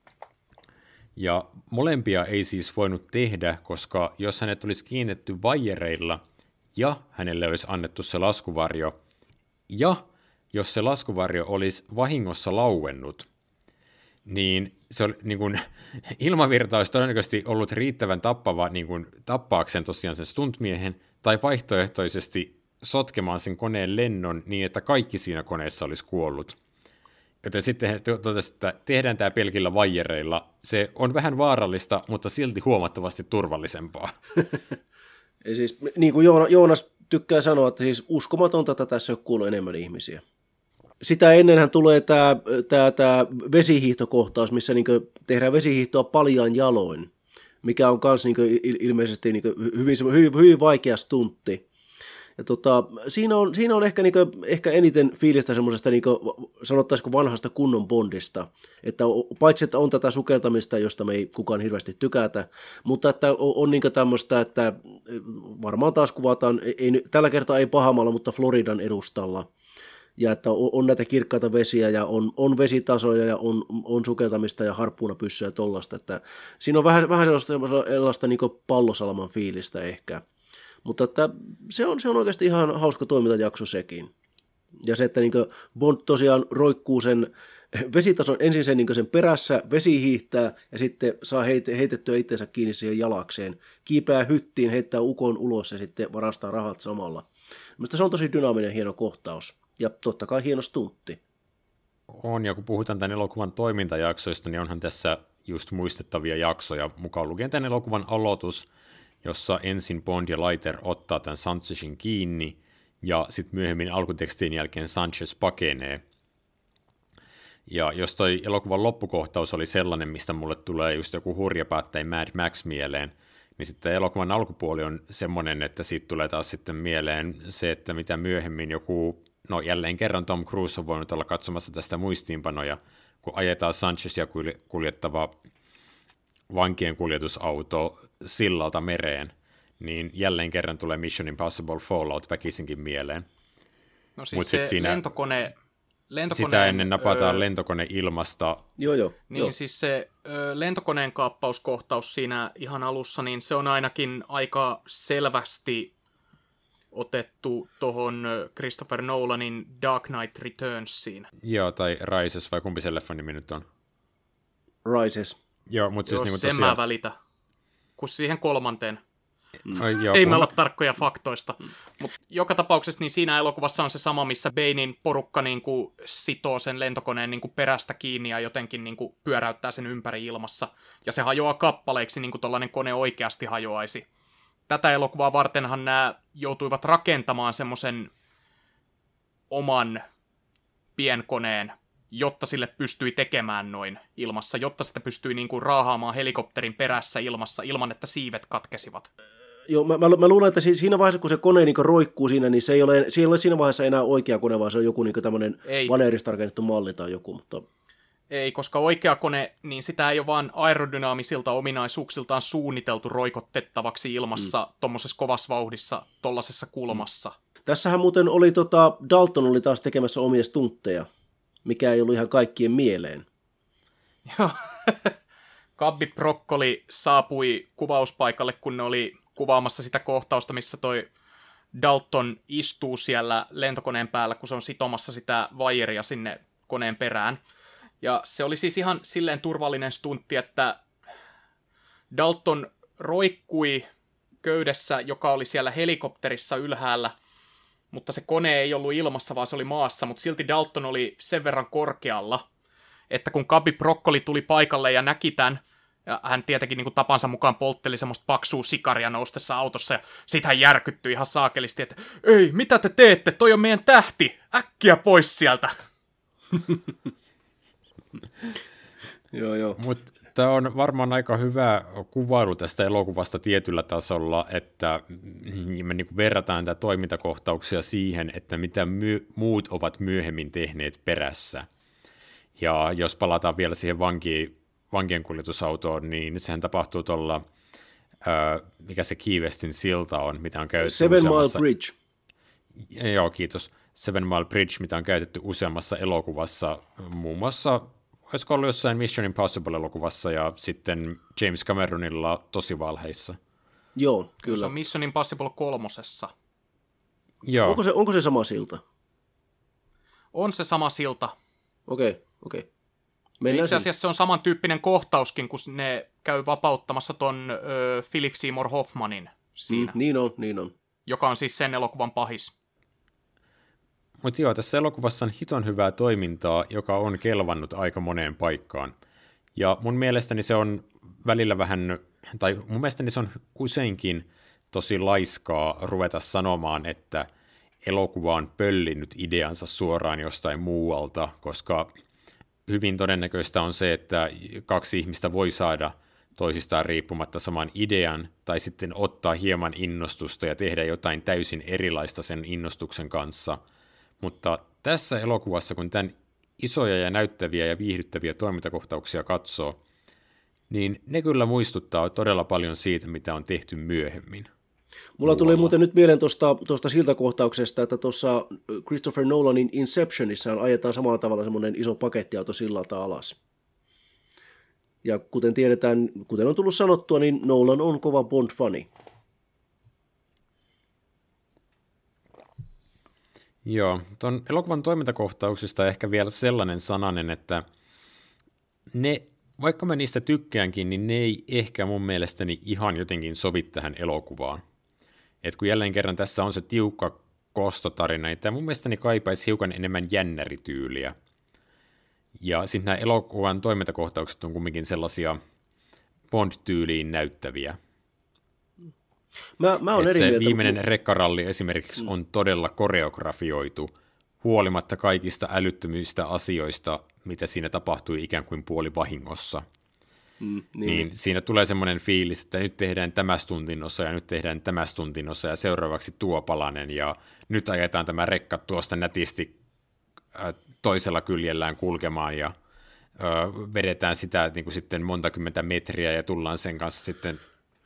Ja molempia ei siis voinut tehdä, koska jos hänet olisi kiinnitetty vaijereilla ja hänelle olisi annettu se laskuvarjo, ja jos se laskuvarjo olisi vahingossa lauennut, niin se oli, niin kuin, ilmavirta olisi todennäköisesti ollut riittävän tappava niin kuin, tappaakseen tosiaan sen stuntmiehen, tai vaihtoehtoisesti sotkemaan sen koneen lennon niin, että kaikki siinä koneessa olisi kuollut. Joten sitten he totesivat, että tehdään tämä pelkillä vaijereilla. Se on vähän vaarallista, mutta silti huomattavasti turvallisempaa. Ja siis, niin kuin Joonas tykkää sanoa, että siis uskomatonta, että tässä ei ole kuullut enemmän ihmisiä. Sitä ennenhän tulee tämä vesihiihtokohtaus, missä niin tehdään vesihiihtoa paljain jaloin, mikä on myös niin ilmeisesti niin hyvin vaikea stuntti. Ja siinä on ehkä eniten fiilistä semmoisesta, sanottaisiko vanhasta kunnon Bondista, että paitsi että on tätä sukeltamista, josta me ei kukaan hirveästi tykätä, mutta että on tämmöistä, että varmaan taas kuvataan, tällä kertaa ei Bahamalla, mutta Floridan edustalla, ja että on näitä kirkkaita vesiä ja on vesitasoja ja on sukeltamista ja harppuunapyssyä ja tollaista, että siinä on vähän sellaista niin Pallosalman fiilistä ehkä. Mutta että se on oikeasti ihan hauska toimintajakso sekin. Ja se, että niin Bond tosiaan roikkuu sen vesitason ensin sen perässä, vesi hiihtää ja sitten saa heitettyä itseensä kiinni siihen jalakseen. Kiipeää hyttiin, heittää ukon ulos ja sitten varastaa rahat samalla. Mielestäni se on tosi dynaaminen hieno kohtaus. Ja totta kai hieno stuntti. On, ja kun puhutaan tämän elokuvan toimintajaksoista, niin onhan tässä just muistettavia jaksoja, mukaan lukien tämän elokuvan aloitus, jossa ensin Bond ja Leiter ottaa tämän Sanchezin kiinni, ja sitten myöhemmin alkutekstin jälkeen Sanchez pakenee. Ja jos toi elokuvan loppukohtaus oli sellainen, mistä mulle tulee just joku hurjapäättäin Mad Max mieleen, niin sitten elokuvan alkupuoli on semmoinen, että siitä tulee taas sitten mieleen se, että mitä myöhemmin joku, no jälleen kerran Tom Cruise on voinut olla katsomassa tästä muistiinpanoja, kun ajetaan Sanchezia kuljettava vankien kuljetusauto sillalta mereen, niin jälleen kerran tulee Mission Impossible Fallout väkisinkin mieleen. No siis se lentokone... Sitä ennen napataan lentokone ilmasta. Joo. Niin siis se lentokoneen kaappauskohtaus siinä ihan alussa, niin se on ainakin aika selvästi otettu tuohon Christopher Nolanin Dark Knight Returnsiin. Joo, tai Rises, vai kumpi se leffan nimi nyt on? Rises. Joo, mutta siis sen mä välitä. Kun siihen 3. Ei me olla tarkkoja faktoista. Mutta joka tapauksessa niin siinä elokuvassa on se sama, missä Banein porukka niin kuin sitoo sen lentokoneen niin kuin perästä kiinni ja jotenkin niin kuin pyöräyttää sen ympäri ilmassa. Ja se hajoaa kappaleiksi, niin kuin tollainen kone oikeasti hajoaisi. Tätä elokuvaa vartenhan nämä joutuivat rakentamaan semmoisen oman pienkoneen, jotta sille pystyi tekemään noin ilmassa, jotta sitä pystyi niin kuin raahaamaan helikopterin perässä ilmassa ilman, että siivet katkesivat. Joo, mä luulen, että siinä vaiheessa, kun se kone niin roikkuu siinä, niin se ei ole siinä vaiheessa enää oikea kone, vaan se on joku niin tämmöinen vaneerista rakennettu malli tai joku. Mutta... Ei, koska oikea kone, niin sitä ei ole vaan aerodynaamisilta ominaisuuksiltaan suunniteltu roikotettavaksi ilmassa tommosessa kovassa vauhdissa, tollasessa kulmassa. Tässähän muuten oli Dalton oli taas tekemässä omia stuntteja, mikä ei ollut ihan kaikkien mieleen. Joo. Kabbi Broccoli saapui kuvauspaikalle, kun ne oli kuvaamassa sitä kohtausta, missä toi Dalton istuu siellä lentokoneen päällä, kun se on sitomassa sitä vaijeria sinne koneen perään. Ja se oli siis ihan silleen turvallinen stuntti, että Dalton roikkui köydessä, joka oli siellä helikopterissa ylhäällä, mutta se kone ei ollut ilmassa, vaan se oli maassa, mutta silti Dalton oli sen verran korkealla, että kun Kabbi Broccoli tuli paikalle ja näki tämän, ja hän tietenkin niin kuin tapansa mukaan poltteli semmoista paksua sikaria noustessa autossa, ja siitä hän järkyttyi ihan saakelisti, että ei, mitä te teette, toi on meidän tähti, äkkiä pois sieltä. Joo. Mutta tämä on varmaan aika hyvä kuvailu tästä elokuvasta tietyllä tasolla, että me niin verrataan tätä toimintakohtauksia siihen, että mitä muut ovat myöhemmin tehneet perässä. Ja jos palataan vielä siihen vankien kuljetusautoon, niin sehän tapahtuu tuolla, mikä se Key Westin silta on, mitä on käytetty Seven Mile Bridge. Joo, kiitos. Seven Mile Bridge, mitä on käytetty useammassa elokuvassa, muun muassa, olisiko ollut jossain Mission Impossible-elokuvassa ja sitten James Cameronilla Tosivalheissa. Joo, kyllä. Se on Mission Impossible 3. Joo. Onko se sama silta? On se sama silta. Okei. Itse asiassa se on samantyyppinen kohtauskin, kun ne käy vapauttamassa ton Philip Seymour Hoffmanin siinä. Niin on. Joka on siis sen elokuvan pahis. Mutta joo, tässä elokuvassa on hiton hyvää toimintaa, joka on kelvannut aika moneen paikkaan. Ja mun mielestäni se on välillä vähän, tai mun mielestäni se on useinkin tosi laiskaa ruveta sanomaan, että elokuva on pöllinyt ideansa suoraan jostain muualta, koska hyvin todennäköistä on se, että kaksi ihmistä voi saada toisistaan riippumatta saman idean, tai sitten ottaa hieman innostusta ja tehdä jotain täysin erilaista sen innostuksen kanssa. Mutta tässä elokuvassa, kun tämän isoja ja näyttäviä ja viihdyttäviä toimintakohtauksia katsoo, niin ne kyllä muistuttaa todella paljon siitä, mitä on tehty myöhemmin. Mulla tuli muuten nyt mieleen tuosta siltakohtauksesta, että tuossa Christopher Nolanin Inceptionissa ajetaan samalla tavalla semmoinen iso pakettiauto sillalta alas. Ja kuten tiedetään, kuten on tullut sanottua, niin Nolan on kova Bond-fani. Joo, tuon elokuvan toimintakohtauksista ehkä vielä sellainen sananen, että vaikka mä niistä tykkäänkin, niin ne ei ehkä mun mielestäni ihan jotenkin sovi tähän elokuvaan. Et kun jälleen kerran tässä on se tiukka kostotarina, niin tämä mun mielestäni kaipaisi hiukan enemmän jännärityyliä. Ja sitten nämä elokuvan toimintakohtaukset on kumminkin sellaisia Bond-tyyliin näyttäviä. Mä oon eri mieltä. Viimeinen rekkaralli esimerkiksi on todella koreografioitu, huolimatta kaikista älyttömistä asioista, mitä siinä tapahtui ikään kuin puolivahingossa. Niin siinä tulee semmoinen fiilis, että nyt tehdään tämä stuntin osa ja nyt tehdään tämä stuntin osa ja seuraavaksi tuo palanen ja nyt ajetaan tämä rekka tuosta nätisti toisella kyljellään kulkemaan ja vedetään sitä niin kuin sitten monta kymmentä metriä ja tullaan sen kanssa sitten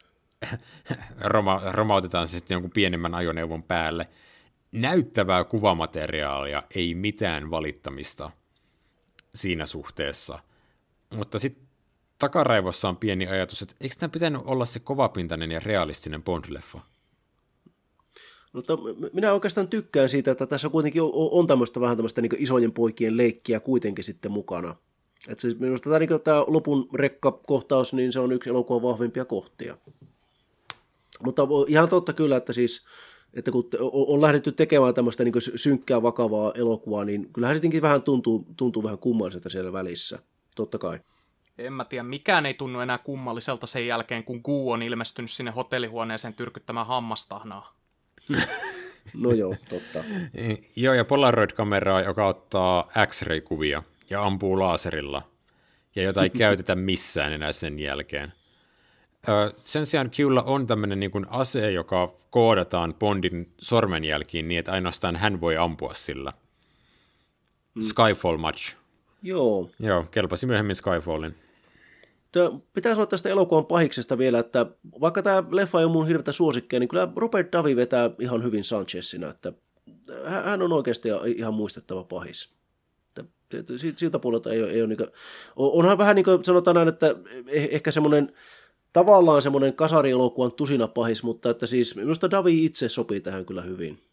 romautetaan se sitten jonkun pienemmän ajoneuvon päälle. Näyttävää kuvamateriaalia, ei mitään valittamista siinä suhteessa. Mutta sitten takaraivossa on pieni ajatus, että eikö tämä pitänyt olla se kovapintainen ja realistinen Bond-leffa? Mutta minä oikeastaan tykkään siitä, että tässä kuitenkin on vähän tämmöistä niin isojen poikien leikkiä kuitenkin sitten mukana. Että siis minusta tämä lopun rekkakohtaus, niin se on yksi elokuvan vahvimpia kohtia. Mutta ihan totta kyllä, että siis että kun on lähdetty tekemään tämmöistä niin synkkää, vakavaa elokuvaa, niin kyllähän se tietenkin vähän tuntuu vähän kummalliselta siellä välissä, totta kai. En mä tiedä, mikään ei tunnu enää kummalliselta sen jälkeen, kun Gu on ilmestynyt sinne hotellihuoneeseen tyrkyttämään hammastahnaa. No joo, totta. Joo, ja Polaroid-kameraa, joka ottaa X-ray-kuvia ja ampuu laaserilla, ja jota ei käytetä missään enää sen jälkeen. Sen sijaan Qlla on tämmöinen niin kuin ase, joka koodataan Bondin sormenjälkiin niin, että ainoastaan hän voi ampua sillä. Skyfall Match. Joo. Joo, kelpasi myöhemmin Skyfallin. Pitää sanoa tästä elokuvan pahiksesta vielä, että vaikka tämä leffa ei ole mun hirveätä suosikkia, niin kyllä Robert Davi vetää ihan hyvin Sanchezina, että hän on oikeasti ihan muistettava pahis. Siltä puolelta ei ole niin kuin, onhan vähän niin kuin sanotaan näin, että ehkä semmoinen tavallaan semmoinen kasarielokuvan tusina pahis, mutta että siis minusta Davi itse sopii tähän kyllä hyvin.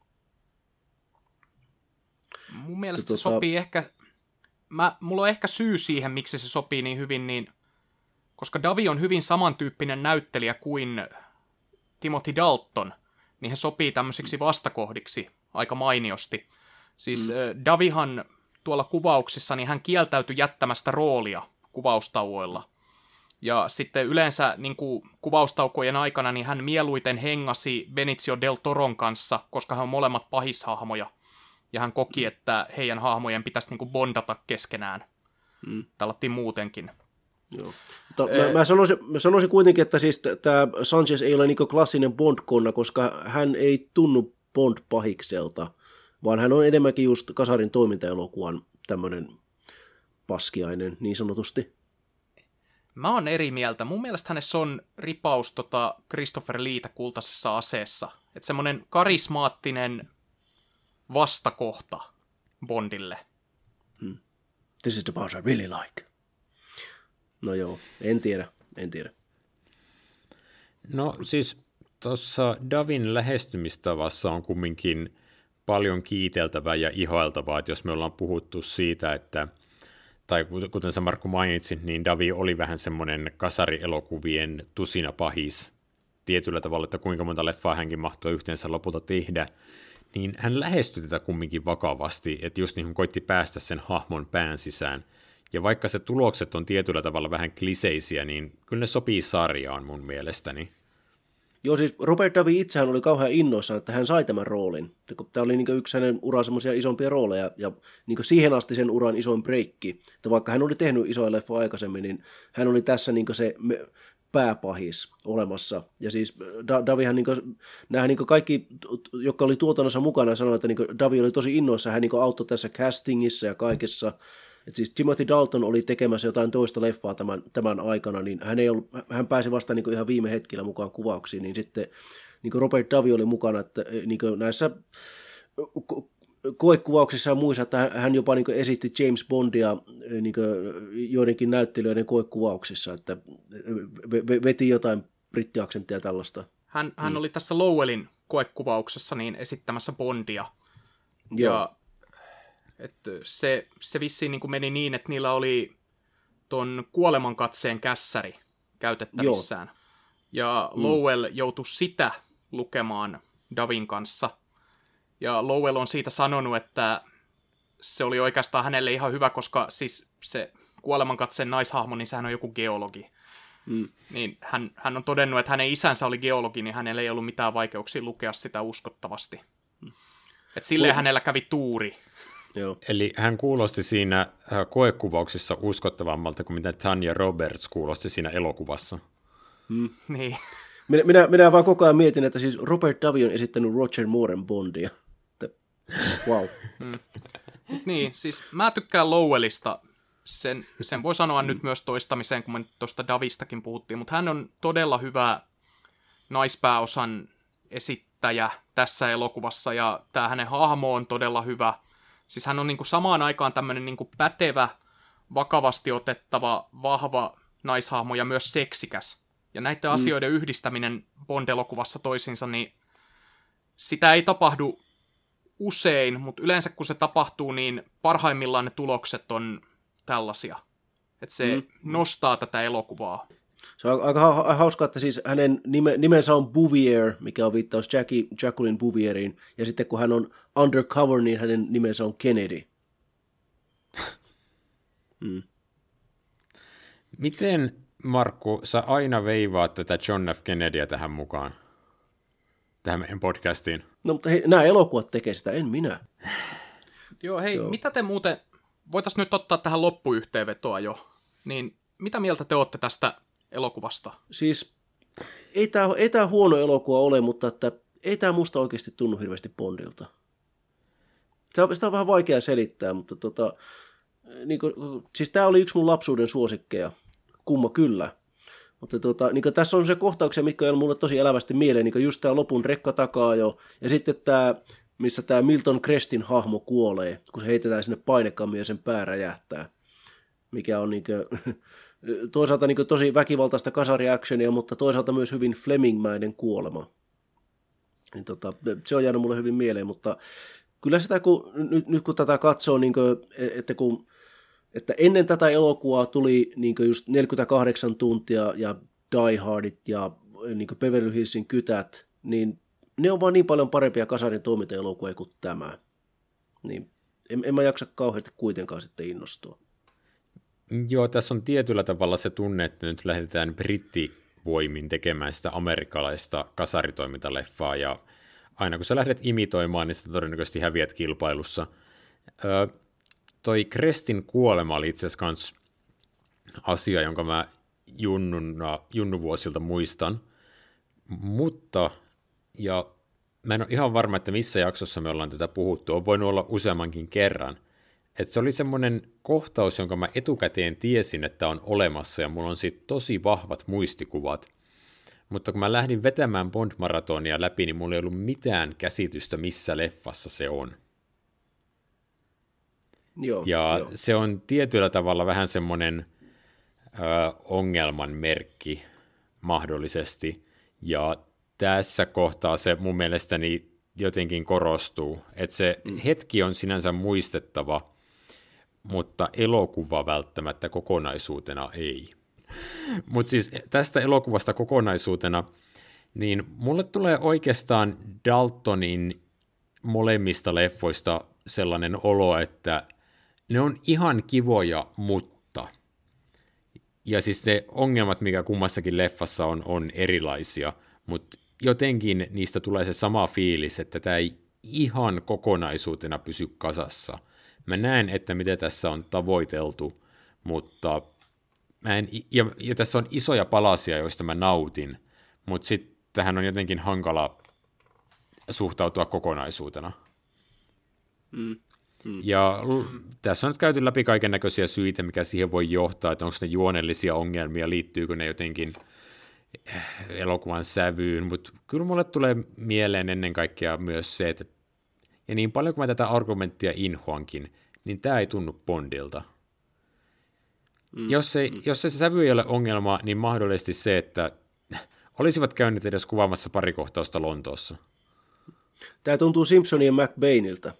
Mun mielestä se sopii ehkä, mulla on ehkä syy siihen, miksi se sopii niin hyvin, niin koska Davi on hyvin samantyyppinen näyttelijä kuin Timothy Dalton, niin he sopii tämmöisiksi vastakohdiksi aika mainiosti. Siis Davihan tuolla kuvauksissa, niin hän kieltäytyi jättämästä roolia kuvaustauoilla. Ja sitten yleensä niin kuin kuvaustaukojen aikana niin hän mieluiten hengasi Benicio del Toron kanssa, koska he on molemmat pahishahmoja. Ja hän koki, että heidän hahmojen pitäisi niin kuin bondata keskenään. Tällattiin muutenkin. Joo. Mutta mä sanoisin kuitenkin, että siis tämä Sanchez ei ole niin klassinen Bond-konna, koska hän ei tunnu Bond-pahikselta, vaan hän on enemmänkin just kasarin toimintaelokuvan tämmöinen paskiainen niin sanotusti. Mä oon eri mieltä. Mun mielestä hänessä on ripaus Christopher Leetä Kultaisessa aseessa. Että semmoinen karismaattinen vastakohta Bondille. This is the part I really like. No joo, en tiedä. No siis tuossa Davin lähestymistavassa on kumminkin paljon kiiteltävää ja ihailtavaa, että jos me ollaan puhuttu siitä, että tai kuten sä Markku mainitsit, niin Davi oli vähän semmoinen kasarielokuvien tusina pahis tietyllä tavalla, että kuinka monta leffaa hänkin mahtoi yhteensä lopulta tehdä, niin hän lähestyi tätä kumminkin vakavasti, että just niin kuin koitti päästä sen hahmon pään sisään. Ja vaikka se tulokset on tietyllä tavalla vähän kliseisiä, niin kyllä ne sopii sarjaan mun mielestäni. Joo, siis Robert Davi itsehän oli kauhean innoissaan, että hän sai tämän roolin. Tämä oli niin yksi hänen uran semmoisia isompia rooleja, ja niin siihen asti sen uran isoin breikki. Että vaikka hän oli tehnyt isoja leffoja aikaisemmin, niin hän oli tässä niin se pääpahis olemassa. Ja siis Davihan, nämä kaikki, jotka oli tuotannossa mukana, sanoi, että Davi oli tosi innoissaan, hän auttoi tässä castingissa ja kaikessa. Et siis Timothy Dalton oli tekemässä jotain toista leffaa tämän aikana, niin hän pääsi vasta ihan viime hetkellä mukaan kuvauksiin, niin sitten Robert Davi oli mukana, että näissä koekuvauksissa ja muissa, että hän jopa esitti James Bondia joidenkin näyttelijöiden koekuvauksissa, että veti jotain brittiaksenttia tällaista. Hän oli tässä Lowellin koekuvauksessa niin esittämässä Bondia. Joo. Ja että se vissiin niin kuin meni niin, että niillä oli ton kuolemankatseen kässäri käytettävissään. Joo. Ja Lowell joutui sitä lukemaan Davin kanssa. Ja Lowell on siitä sanonut, että se oli oikeastaan hänelle ihan hyvä, koska siis se kuolemankatseen naishahmo, niin sehän on joku geologi. Niin hän on todennut, että hänen isänsä oli geologi, niin hänellä ei ollut mitään vaikeuksia lukea sitä uskottavasti. Että silleen hänellä kävi tuuri. Joo. Eli hän kuulosti siinä koekuvauksissa uskottavammalta kuin mitä Tanya Roberts kuulosti siinä elokuvassa. Niin. Minä vaan koko ajan mietin, että siis Robert Davi on esittänyt Roger Mooren Bondia. Wow. Niin, siis mä tykkään Lowellista. Sen voi sanoa nyt myös toistamiseen, kun me tuosta Davistakin puhuttiin, mutta hän on todella hyvä naispääosan esittäjä tässä elokuvassa, ja tämä hänen hahmo on todella hyvä. Siis hän on niin kuin samaan aikaan tämmöinen niin kuin pätevä, vakavasti otettava, vahva naishahmo ja myös seksikäs. Ja näiden asioiden yhdistäminen Bond-elokuvassa toisiinsa, niin sitä ei tapahdu usein, mutta yleensä kun se tapahtuu, niin parhaimmillaan ne tulokset on tällaisia. Että se nostaa tätä elokuvaa. Se on aika hauskaa, että siis hänen nimensä on Bouvier, mikä on viittaus Jacqueline Bouvieriin, ja sitten kun hän on undercover, niin hänen nimensä on Kennedy. Miten, Markku, sä aina veivaat tätä John F. Kennedyä tähän mukaan? Tähän meidän podcastiin. No, mutta nämä elokuvat tekee sitä, en minä. Joo, hei, mitä te muuten, voitaisiin nyt ottaa tähän loppuyhteenvetoa jo, niin mitä mieltä te olette tästä elokuvasta? Siis ei tämä huono elokuva ole, mutta että ei tämä musta oikeasti tunnu hirveästi Bondilta. Sitä on vähän vaikea selittää, mutta niin kuin, siis tämä oli yksi mun lapsuuden suosikkeja, kumma kyllä. Mutta niin tässä on se kohtauksia, mitkä on mulle tosi elävästi mieleen, niin just tämä lopun rekka takaa jo, ja sitten tämä, missä tämä Milton Crestin hahmo kuolee, kun se heitetään sinne painekammiin ja sen pää räjähtää, mikä on niin kuin, toisaalta niin kuin tosi väkivaltaista kasariactionia, mutta toisaalta myös hyvin Fleming-mäinen kuolema. Niin se on jäänyt mulle hyvin mieleen, mutta kyllä sitä, nyt kun tätä katsoo, niin kuin, että ennen tätä elokuvaa tuli niin kuin just 48 tuntia ja Die Hardit ja niin kuin Beverly Hillsin kytät, niin ne on vaan niin paljon parempia kasarin toimintaelokuvia kuin tämä. Niin en mä jaksa kauheasti kuitenkaan sitten innostua. Joo, tässä on tietyllä tavalla se tunne, että nyt lähdetään brittivoimin tekemään sitä amerikkalaista kasaritoimintaleffaa, ja aina kun sä lähdet imitoimaan, niin sä todennäköisesti häviät kilpailussa. Toi Crestin kuolema oli itse asiassa kans asia, jonka mä junnuvuosilta muistan, mutta, ja mä en ole ihan varma, että missä jaksossa me ollaan tätä puhuttu, on voinut olla useammankin kerran, että se oli semmoinen kohtaus, jonka mä etukäteen tiesin, että on olemassa, ja mulla on siitä tosi vahvat muistikuvat, mutta kun mä lähdin vetämään Bond-maratonia läpi, niin mulla ei ollut mitään käsitystä, missä leffassa se on. Joo. Se on tietyllä tavalla vähän semmoinen ongelman merkki mahdollisesti, ja tässä kohtaa se mun mielestäni jotenkin korostuu, että se hetki on sinänsä muistettava, mutta elokuva välttämättä kokonaisuutena ei. Mutta siis tästä elokuvasta kokonaisuutena, niin mulle tulee oikeastaan Daltonin molemmista leffoista sellainen olo, että ne on ihan kivoja, mutta. Ja siis ne ongelmat, mikä kummassakin leffassa on erilaisia, mutta jotenkin niistä tulee se sama fiilis, että tämä ei ihan kokonaisuutena pysy kasassa. Mä näen, että mitä tässä on tavoiteltu, mutta ja tässä on isoja palasia, joista mä nautin, mutta sitten tähän on jotenkin hankala suhtautua kokonaisuutena. Ja tässä on nyt käyty läpi kaiken näköisiä syitä, mikä siihen voi johtaa, että onko ne juonellisia ongelmia, liittyykö ne jotenkin elokuvan sävyyn, mutta kyllä mulle tulee mieleen ennen kaikkea myös se, että ja niin paljon kuin mä tätä argumenttia inhoankin, niin tämä ei tunnu Bondilta. Jos se sävy ei ole ongelma, niin mahdollisesti se, että olisivat käyneet edes kuvaamassa pari kohtausta Lontoossa. Tämä tuntuu Simpsonien McBainilta.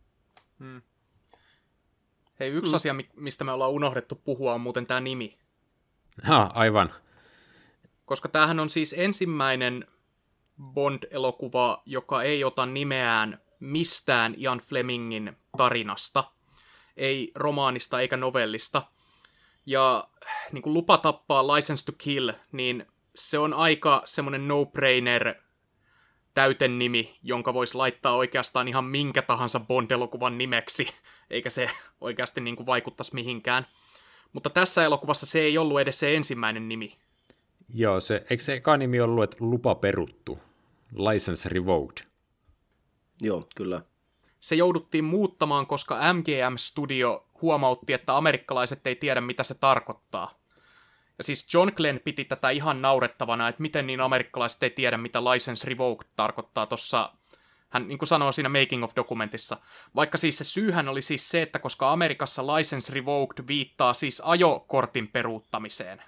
Hei, yksi asia, mistä me ollaan unohdettu puhua, on muuten tämä nimi. Aivan. Koska tämähän on siis ensimmäinen Bond-elokuva, joka ei ota nimeään mistään Ian Flemingin tarinasta. Ei romaanista eikä novellista. Ja niin kuin Lupa tappaa, License to Kill, niin se on aika semmoinen no-brainer täytennimi, jonka voisi laittaa oikeastaan ihan minkä tahansa Bond-elokuvan nimeksi, eikä se oikeasti niin kuin vaikuttaisi mihinkään. Mutta tässä elokuvassa se ei ollut edes se ensimmäinen nimi. Joo, eikö se eka nimi ollut, että lupa peruttu? License revoked. Joo, kyllä. Se jouduttiin muuttamaan, koska MGM Studio huomautti, että amerikkalaiset ei tiedä, mitä se tarkoittaa. Ja siis John Glenn piti tätä ihan naurettavana, että miten niin amerikkalaiset ei tiedä, mitä license revoked tarkoittaa tuossa, hän niin kuin sanoo siinä Making of-dokumentissa. Vaikka siis se syyhän oli siis se, että koska Amerikassa license revoked viittaa siis ajokortin peruuttamiseen.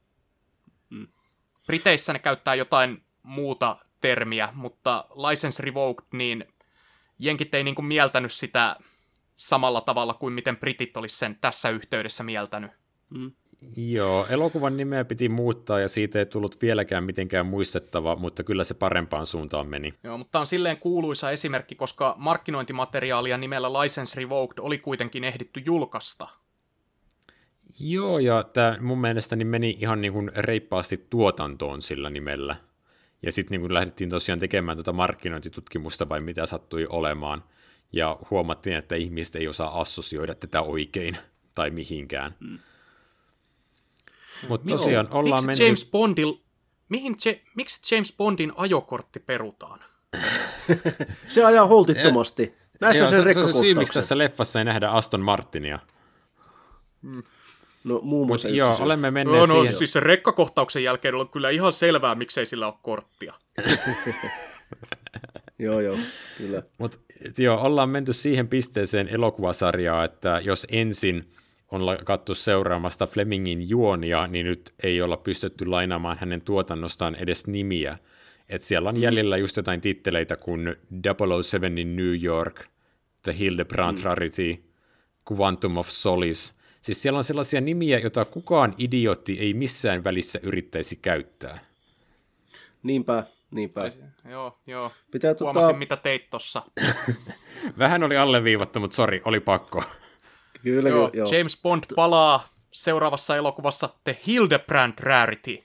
Briteissä ne käyttää jotain muuta termiä, mutta license revoked, niin jenkit ei niin kuin mieltänyt sitä samalla tavalla kuin miten britit olisi sen tässä yhteydessä mieltänyt. Joo, elokuvan nimeä piti muuttaa ja siitä ei tullut vieläkään mitenkään muistettava, mutta kyllä se parempaan suuntaan meni. Joo, mutta on silleen kuuluisa esimerkki, koska markkinointimateriaalia nimellä License Revoked oli kuitenkin ehditty julkaista. Joo, ja tämä mun mielestäni meni ihan niin kuin reippaasti tuotantoon sillä nimellä. Ja sitten niin kuin lähdettiin tosiaan tekemään tuota markkinointitutkimusta vai mitä sattui olemaan. Ja huomattiin, että ihmiset ei osaa assosioida tätä oikein tai mihinkään. Mutta tosiaan ollaan menty... Miksi James Bondin ajokortti perutaan? Se ajaa holtittomasti. Näetkö sen se on se rekkakohtauksen? syy, miksi tässä leffassa ei nähdä Aston Martinia. No muun muassa Joo, olemme menneet siihen. Siis se rekkakohtauksen jälkeen on kyllä ihan selvää, miksei sillä ole korttia. Joo, kyllä. Mutta joo, ollaan menty siihen pisteeseen elokuvasarjaa, että jos ensin on lakattu seuraamasta Flemingin juonia, niin nyt ei olla pystytty lainaamaan hänen tuotannostaan edes nimiä. Et siellä on jäljellä just jotain titteleitä kuin 007 in New York, The Hildebrandt Rarity, Quantum of Solace. Siis siellä on sellaisia nimiä, joita kukaan idiootti ei missään välissä yrittäisi käyttää. Niinpä. Joo. Pitää Huomasin, mitä teit tossa. Vähän oli alleviivattu, mutta sori, oli pakko. Kyllä, joo. joo. James Bond palaa seuraavassa elokuvassa The Hildebrandt Rarity.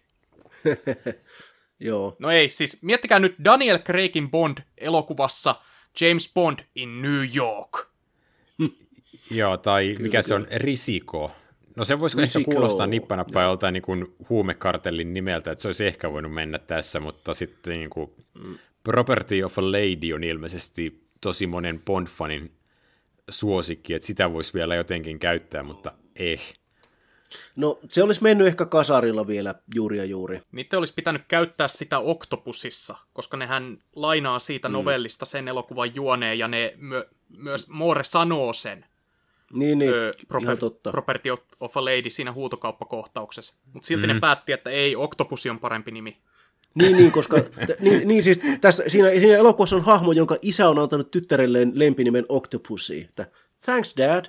Joo. No ei, siis miettikää nyt Daniel Craigin Bond-elokuvassa James Bond in New York. Joo, tai mikä se on, Risiko. No se voisi ehkä kuulostaa nippanappa joltain niin kuin huumekartellin nimeltä, että se olisi ehkä voinut mennä tässä, mutta sitten niin kuin Property of a Lady on ilmeisesti tosi monen Bond-fanin suosikki, että sitä voisi vielä jotenkin käyttää, mutta No se olisi mennyt ehkä kasarilla vielä juuri ja juuri. Niitä olisi pitänyt käyttää sitä Octopusissa, koska nehän lainaa siitä novellista sen elokuvan juoneen, ja ne myös Moore sanoo sen. Niin, ihan totta. Property of a Lady siinä huutokauppakohtauksessa. Mutta silti ne päätti, että ei, Octopusi on parempi nimi. Niin, koska siis siinä elokuvassa on hahmo, jonka isä on antanut tyttärelleen lempinimen Octopussy. Että, thanks dad.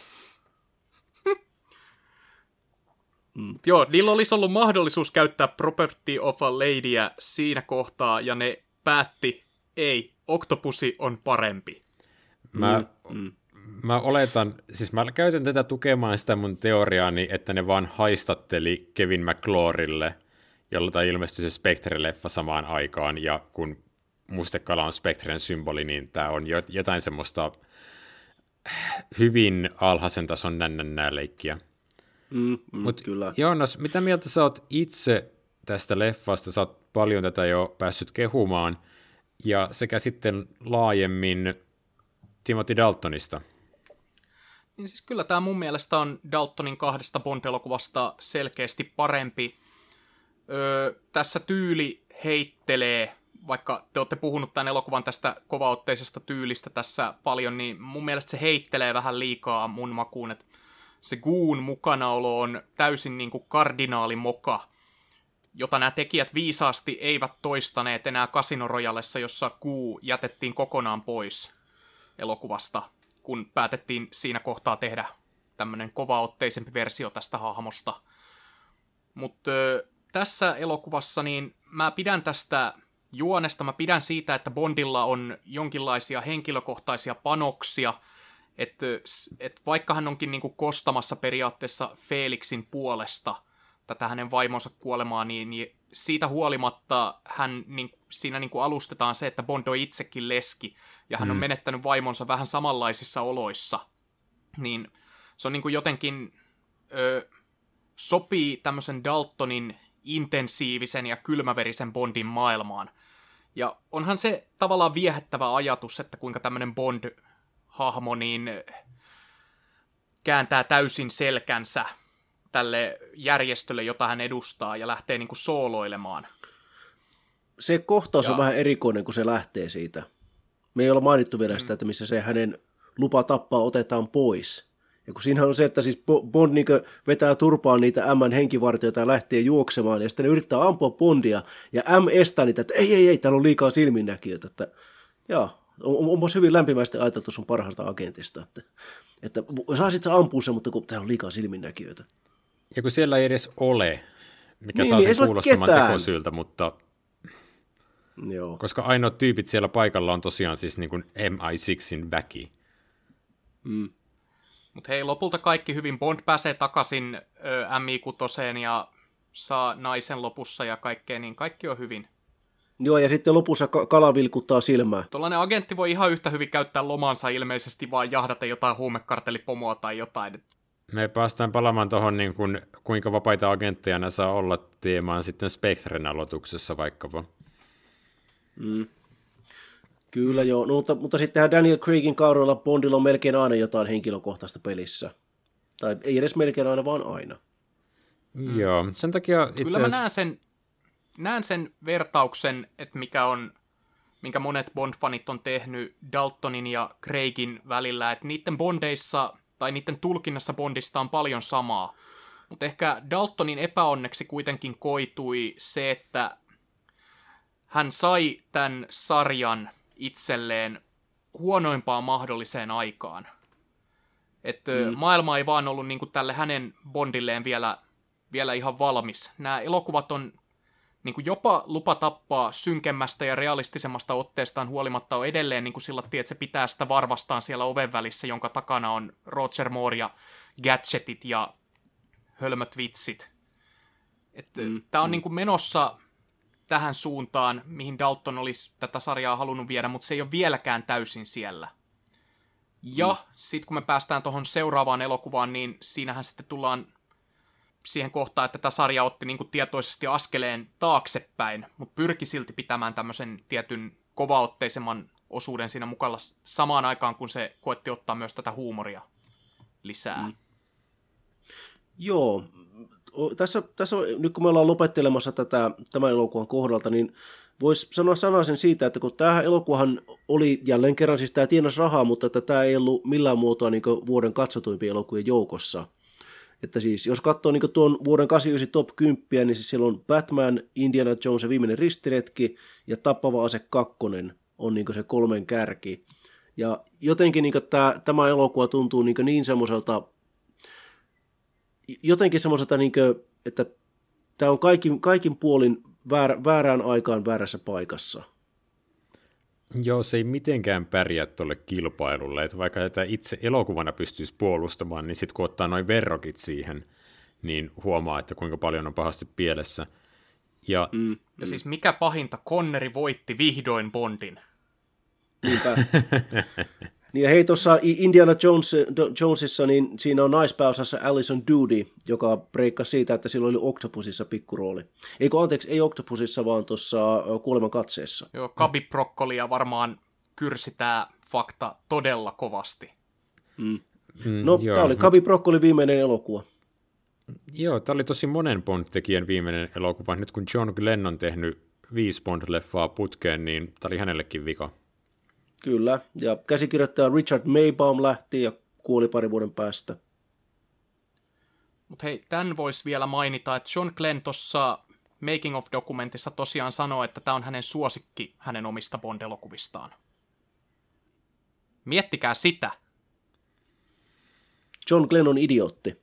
Joo, niillä olisi ollut mahdollisuus käyttää Property of a Ladyä siinä kohtaa, ja ne päätti, ei, Octopussy on parempi. Mä oletan, siis mä käytän tätä tukemaan sitä mun teoriaani, että ne vaan haistatteli Kevin McClurelle, jolta ilmestyi se Spectre-leffa samaan aikaan, ja kun mustekala on Spectren symboli, niin tää on jotain semmoista hyvin alhaisen tason nännännää-leikkiä. Kyllä. Joonas, mitä mieltä sä oot itse tästä leffasta? Sä oot paljon tätä jo päässyt kehumaan, ja sekä sitten laajemmin Timothy Daltonista. Niin siis kyllä tämä mun mielestä on Daltonin kahdesta Bond-elokuvasta selkeästi parempi. Tässä tyyli heittelee, vaikka te olette puhunut tämän elokuvan tästä kovaotteisesta tyylistä tässä paljon, niin mun mielestä se heittelee vähän liikaa mun makuun, että se Goon mukanaolo on täysin niin kuin kardinaalimoka, jota nämä tekijät viisaasti eivät toistaneet enää Casino Royalessa, jossa Goo jätettiin kokonaan pois elokuvasta, kun päätettiin siinä kohtaa tehdä tämmöinen kovaotteisempi versio tästä hahmosta. Mutta tässä elokuvassa niin mä pidän tästä juonesta, mä pidän siitä, että Bondilla on jonkinlaisia henkilökohtaisia panoksia, että vaikka hän onkin niinku kostamassa periaatteessa Felixin puolesta tätä hänen vaimonsa kuolemaa, niin siitä huolimatta siinä niinku alustetaan se, että Bond on itsekin leski, ja hän on menettänyt vaimonsa vähän samanlaisissa oloissa. Niin se on niinku jotenkin sopii tämmöisen Daltonin intensiivisen ja kylmäverisen Bondin maailmaan. Ja onhan se tavallaan viehättävä ajatus, että kuinka tämmöinen Bond-hahmo niin kääntää täysin selkänsä tälle järjestölle, jota hän edustaa, ja lähtee niinku sooloilemaan. Se kohtaus on vähän erikoinen, kun se lähtee siitä. Me ei olla mainittu vielä sitä, että missä se hänen lupa tappaa otetaan pois. Ja kun siinä on se, että siis Bond niin vetää turpaan niitä M:n henkivartijoita ja lähtee juoksemaan, ja sitten ne yrittää ampua Bondia, ja M estää niitä, että ei, täällä on liikaa silminnäkijöitä. Että, on hyvin lämpimästi ajateltu sun parhaasta agentista. Että saisit sä ampua sen, mutta kun täällä on liikaa silminnäkijöitä. Ja kun siellä ei edes ole, mikä Niin, saa niin, sen ei kuulostamaan ketään. tekosyyltä, mutta Joo. koska ainoat tyypit siellä paikalla on tosiaan siis niin kuin MI6in väki. Mm. Mutta hei, lopulta kaikki hyvin. Bond pääsee takaisin MI6 ja saa naisen lopussa ja kaikkea, niin kaikki on hyvin. Joo, ja sitten lopussa kala vilkuttaa silmää. Tuollainen agentti voi ihan yhtä hyvin käyttää lomansa ilmeisesti vaan jahdata jotain huumekartellipomoa tai jotain. Me päästään palaamaan tuohon, niin kuin, kuinka vapaita agentteja ne saa olla teemaan sitten Spectren aloituksessa vaikkapa. Mm. Kyllä joo, no, mutta sittenhän Daniel Craigin kaudella Bondilla on melkein aina jotain henkilökohtaista pelissä. Tai ei edes melkein aina, vaan aina. Joo, sen takia itse Kyllä mä näen sen vertauksen, että minkä monet Bond-fanit on tehnyt Daltonin ja Craigin välillä, että niiden bondeissa tai niiden tulkinnassa Bondista on paljon samaa. Mutta ehkä Daltonin epäonneksi kuitenkin koitui se, että hän sai tämän sarjan itselleen huonoimpaan mahdolliseen aikaan. Että maailma ei vaan ollut niin kuin tälle hänen Bondilleen vielä ihan valmis. Nämä elokuvat on niin kuin jopa Lupa tappaa synkemmästä ja realistisemmasta otteestaan huolimatta on edelleen niin kuin sillä tavalla, että se pitää sitä varvastaan siellä oven välissä, jonka takana on Roger Moore ja gadgetit ja hölmöt vitsit. Tämä on niin kuin menossa tähän suuntaan, mihin Dalton olisi tätä sarjaa halunnut viedä, mutta se ei ole vieläkään täysin siellä. Ja sitten kun me päästään tuohon seuraavaan elokuvaan, niin siinähän sitten tullaan siihen kohtaan, että tätä sarja otti niin kuin tietoisesti askeleen taaksepäin, mutta pyrki silti pitämään tämmöisen tietyn kovaotteisemman osuuden siinä mukana samaan aikaan, kun se koetti ottaa myös tätä huumoria lisää. Joo, tässä nyt kun me ollaan lopettelemassa tämän elokuvan kohdalta, niin voisi sanoa sanasen siitä, että kun tämähän elokuvahan oli jälleen kerran, siis tämä tienasi rahaa, mutta että tämä ei ollut millään muotoa niin vuoden katsotuimpien elokuvien joukossa. Että siis, jos katsoo niin tuon vuoden 89 top 10, niin siis siellä on Batman, Indiana Jones ja viimeinen ristiretki, ja Tappava ase 2 on niin se 3 kärki. Ja jotenkin niin tämä elokuva tuntuu niin semmoiselta, niin kuin, että tämä on kaikin puolin väärään aikaan väärässä paikassa. Joo, se ei mitenkään pärjää tuolle kilpailulle, että vaikka tätä itse elokuvana pystyisi puolustamaan, niin sitten kun ottaa noin verrokit siihen, niin huomaa, että kuinka paljon on pahasti pielessä. Ja siis mikä pahinta, Connery voitti vihdoin Bondin. Niinpä. Niin ja hei, tuossa Indiana Jonesissa, niin siinä on naispääosassa Alison Doody, joka breikkasi siitä, että sillä oli Octopusissa pikkurooli. Ei Octopusissa, vaan tuossa Kuoleman katseessa. Joo, Kabi Brokkolia varmaan kyrsi tää fakta todella kovasti. Tämä oli Kabi Brokkolin viimeinen elokuva. Joo, tämä oli tosi monen Bond-tekijän viimeinen elokuva. Nyt kun John Glenn on tehnyt 5 Bond-leffaa putkeen, niin tämä oli hänellekin vika. Kyllä, ja käsikirjoittaja Richard Maybaum lähti ja kuoli pari vuoden päästä. Mutta hei, tämän voisi vielä mainita, että John Glenn tuossa Making of-dokumentissa tosiaan sanoo, että tämä on hänen suosikki hänen omista Bond-elokuvistaan. Miettikää sitä. John Glenn on idiootti.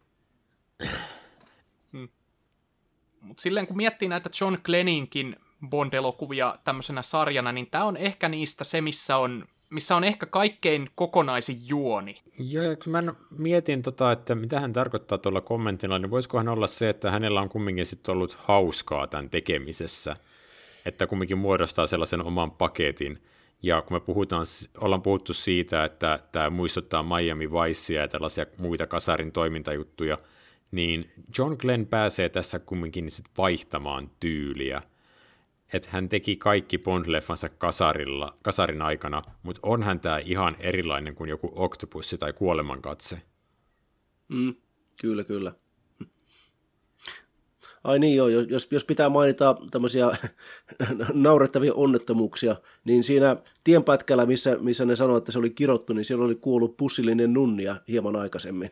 Mutta silleen kun miettii näitä John Glenninkin Bond-elokuvia tämmöisenä sarjana, niin tämä on ehkä niistä se, missä on ehkä kaikkein kokonaisin juoni. Joo, ja kun mä mietin, että mitä hän tarkoittaa tuolla kommentilla, niin voisikohan olla se, että hänellä on kumminkin sitten ollut hauskaa tämän tekemisessä, että kumminkin muodostaa sellaisen oman paketin. Ja kun me ollaan puhuttu siitä, että tämä muistuttaa Miami Vicea ja tällaisia muita kasarin toimintajuttuja, niin John Glenn pääsee tässä kumminkin sit vaihtamaan tyyliä. Että hän teki kaikki Bond-leffansa kasarin aikana, mutta onhan tämä ihan erilainen kuin joku Octopussi tai Kuolemankatse. Kyllä. Ai niin joo, jos pitää mainita tämmöisiä naurettavia onnettomuuksia, niin siinä tienpätkällä, missä ne sanoo, että se oli kirottu, niin siellä oli kuollut pussillinen nunnia hieman aikaisemmin.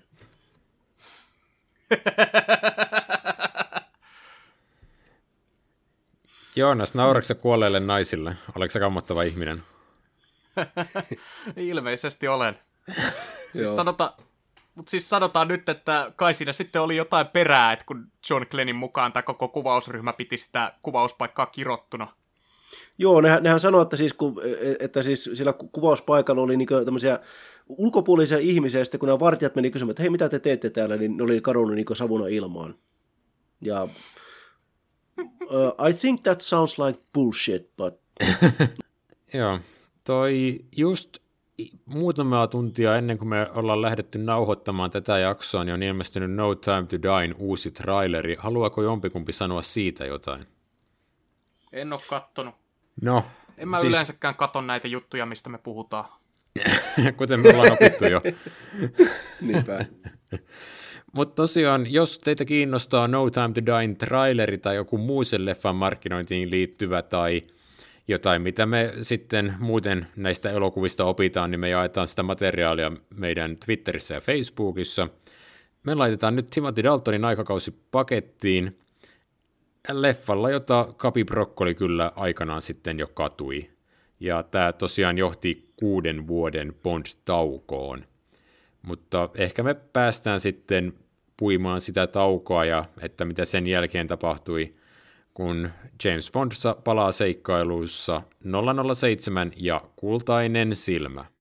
Joonas, nauratko kuolleille naisille? Oletko sä kammottava ihminen? Ilmeisesti olen. Siis Mutta siis sanotaan nyt, että kai siinä sitten oli jotain perää, että kun John Glennin mukaan tämä koko kuvausryhmä piti sitä kuvauspaikkaa kirottuna. Joo, nehän sanoo, että siis sillä kuvauspaikalla oli niinku tämmöisiä ulkopuolisia ihmisiä, ja sitten kun nämä vartijat meni kysymään, että hei, mitä te teette täällä, niin ne oli kadonnut niinku savuna ilmaan. Ja I think that sounds like bullshit, but... Joo, toi just muutamaa tuntia ennen kuin me ollaan lähdetty nauhoittamaan tätä jaksoa, niin on ilmestynyt No Time to Die:n uusi traileri. Haluaako jompikumpi sanoa siitä jotain? En ole kattonut. No, en mä yleensäkään katon näitä juttuja, mistä me puhutaan. Kuten me ollaan opittu jo. Niinpä. Mutta tosiaan, jos teitä kiinnostaa No Time to Die:n traileri tai joku muu sen leffan markkinointiin liittyvä tai jotain, mitä me sitten muuten näistä elokuvista opitaan, niin me jaetaan sitä materiaalia meidän Twitterissä ja Facebookissa. Me laitetaan nyt Timothy Daltonin aikakausi pakettiin leffalla, jota Capi Broccoli kyllä aikanaan sitten jo katui. Ja tämä tosiaan johti 6 vuoden Bond-taukoon. Mutta ehkä me päästään sitten puimaan sitä taukoa ja että mitä sen jälkeen tapahtui, kun James Bond palaa seikkailuissa 007 ja Kultainen silmä.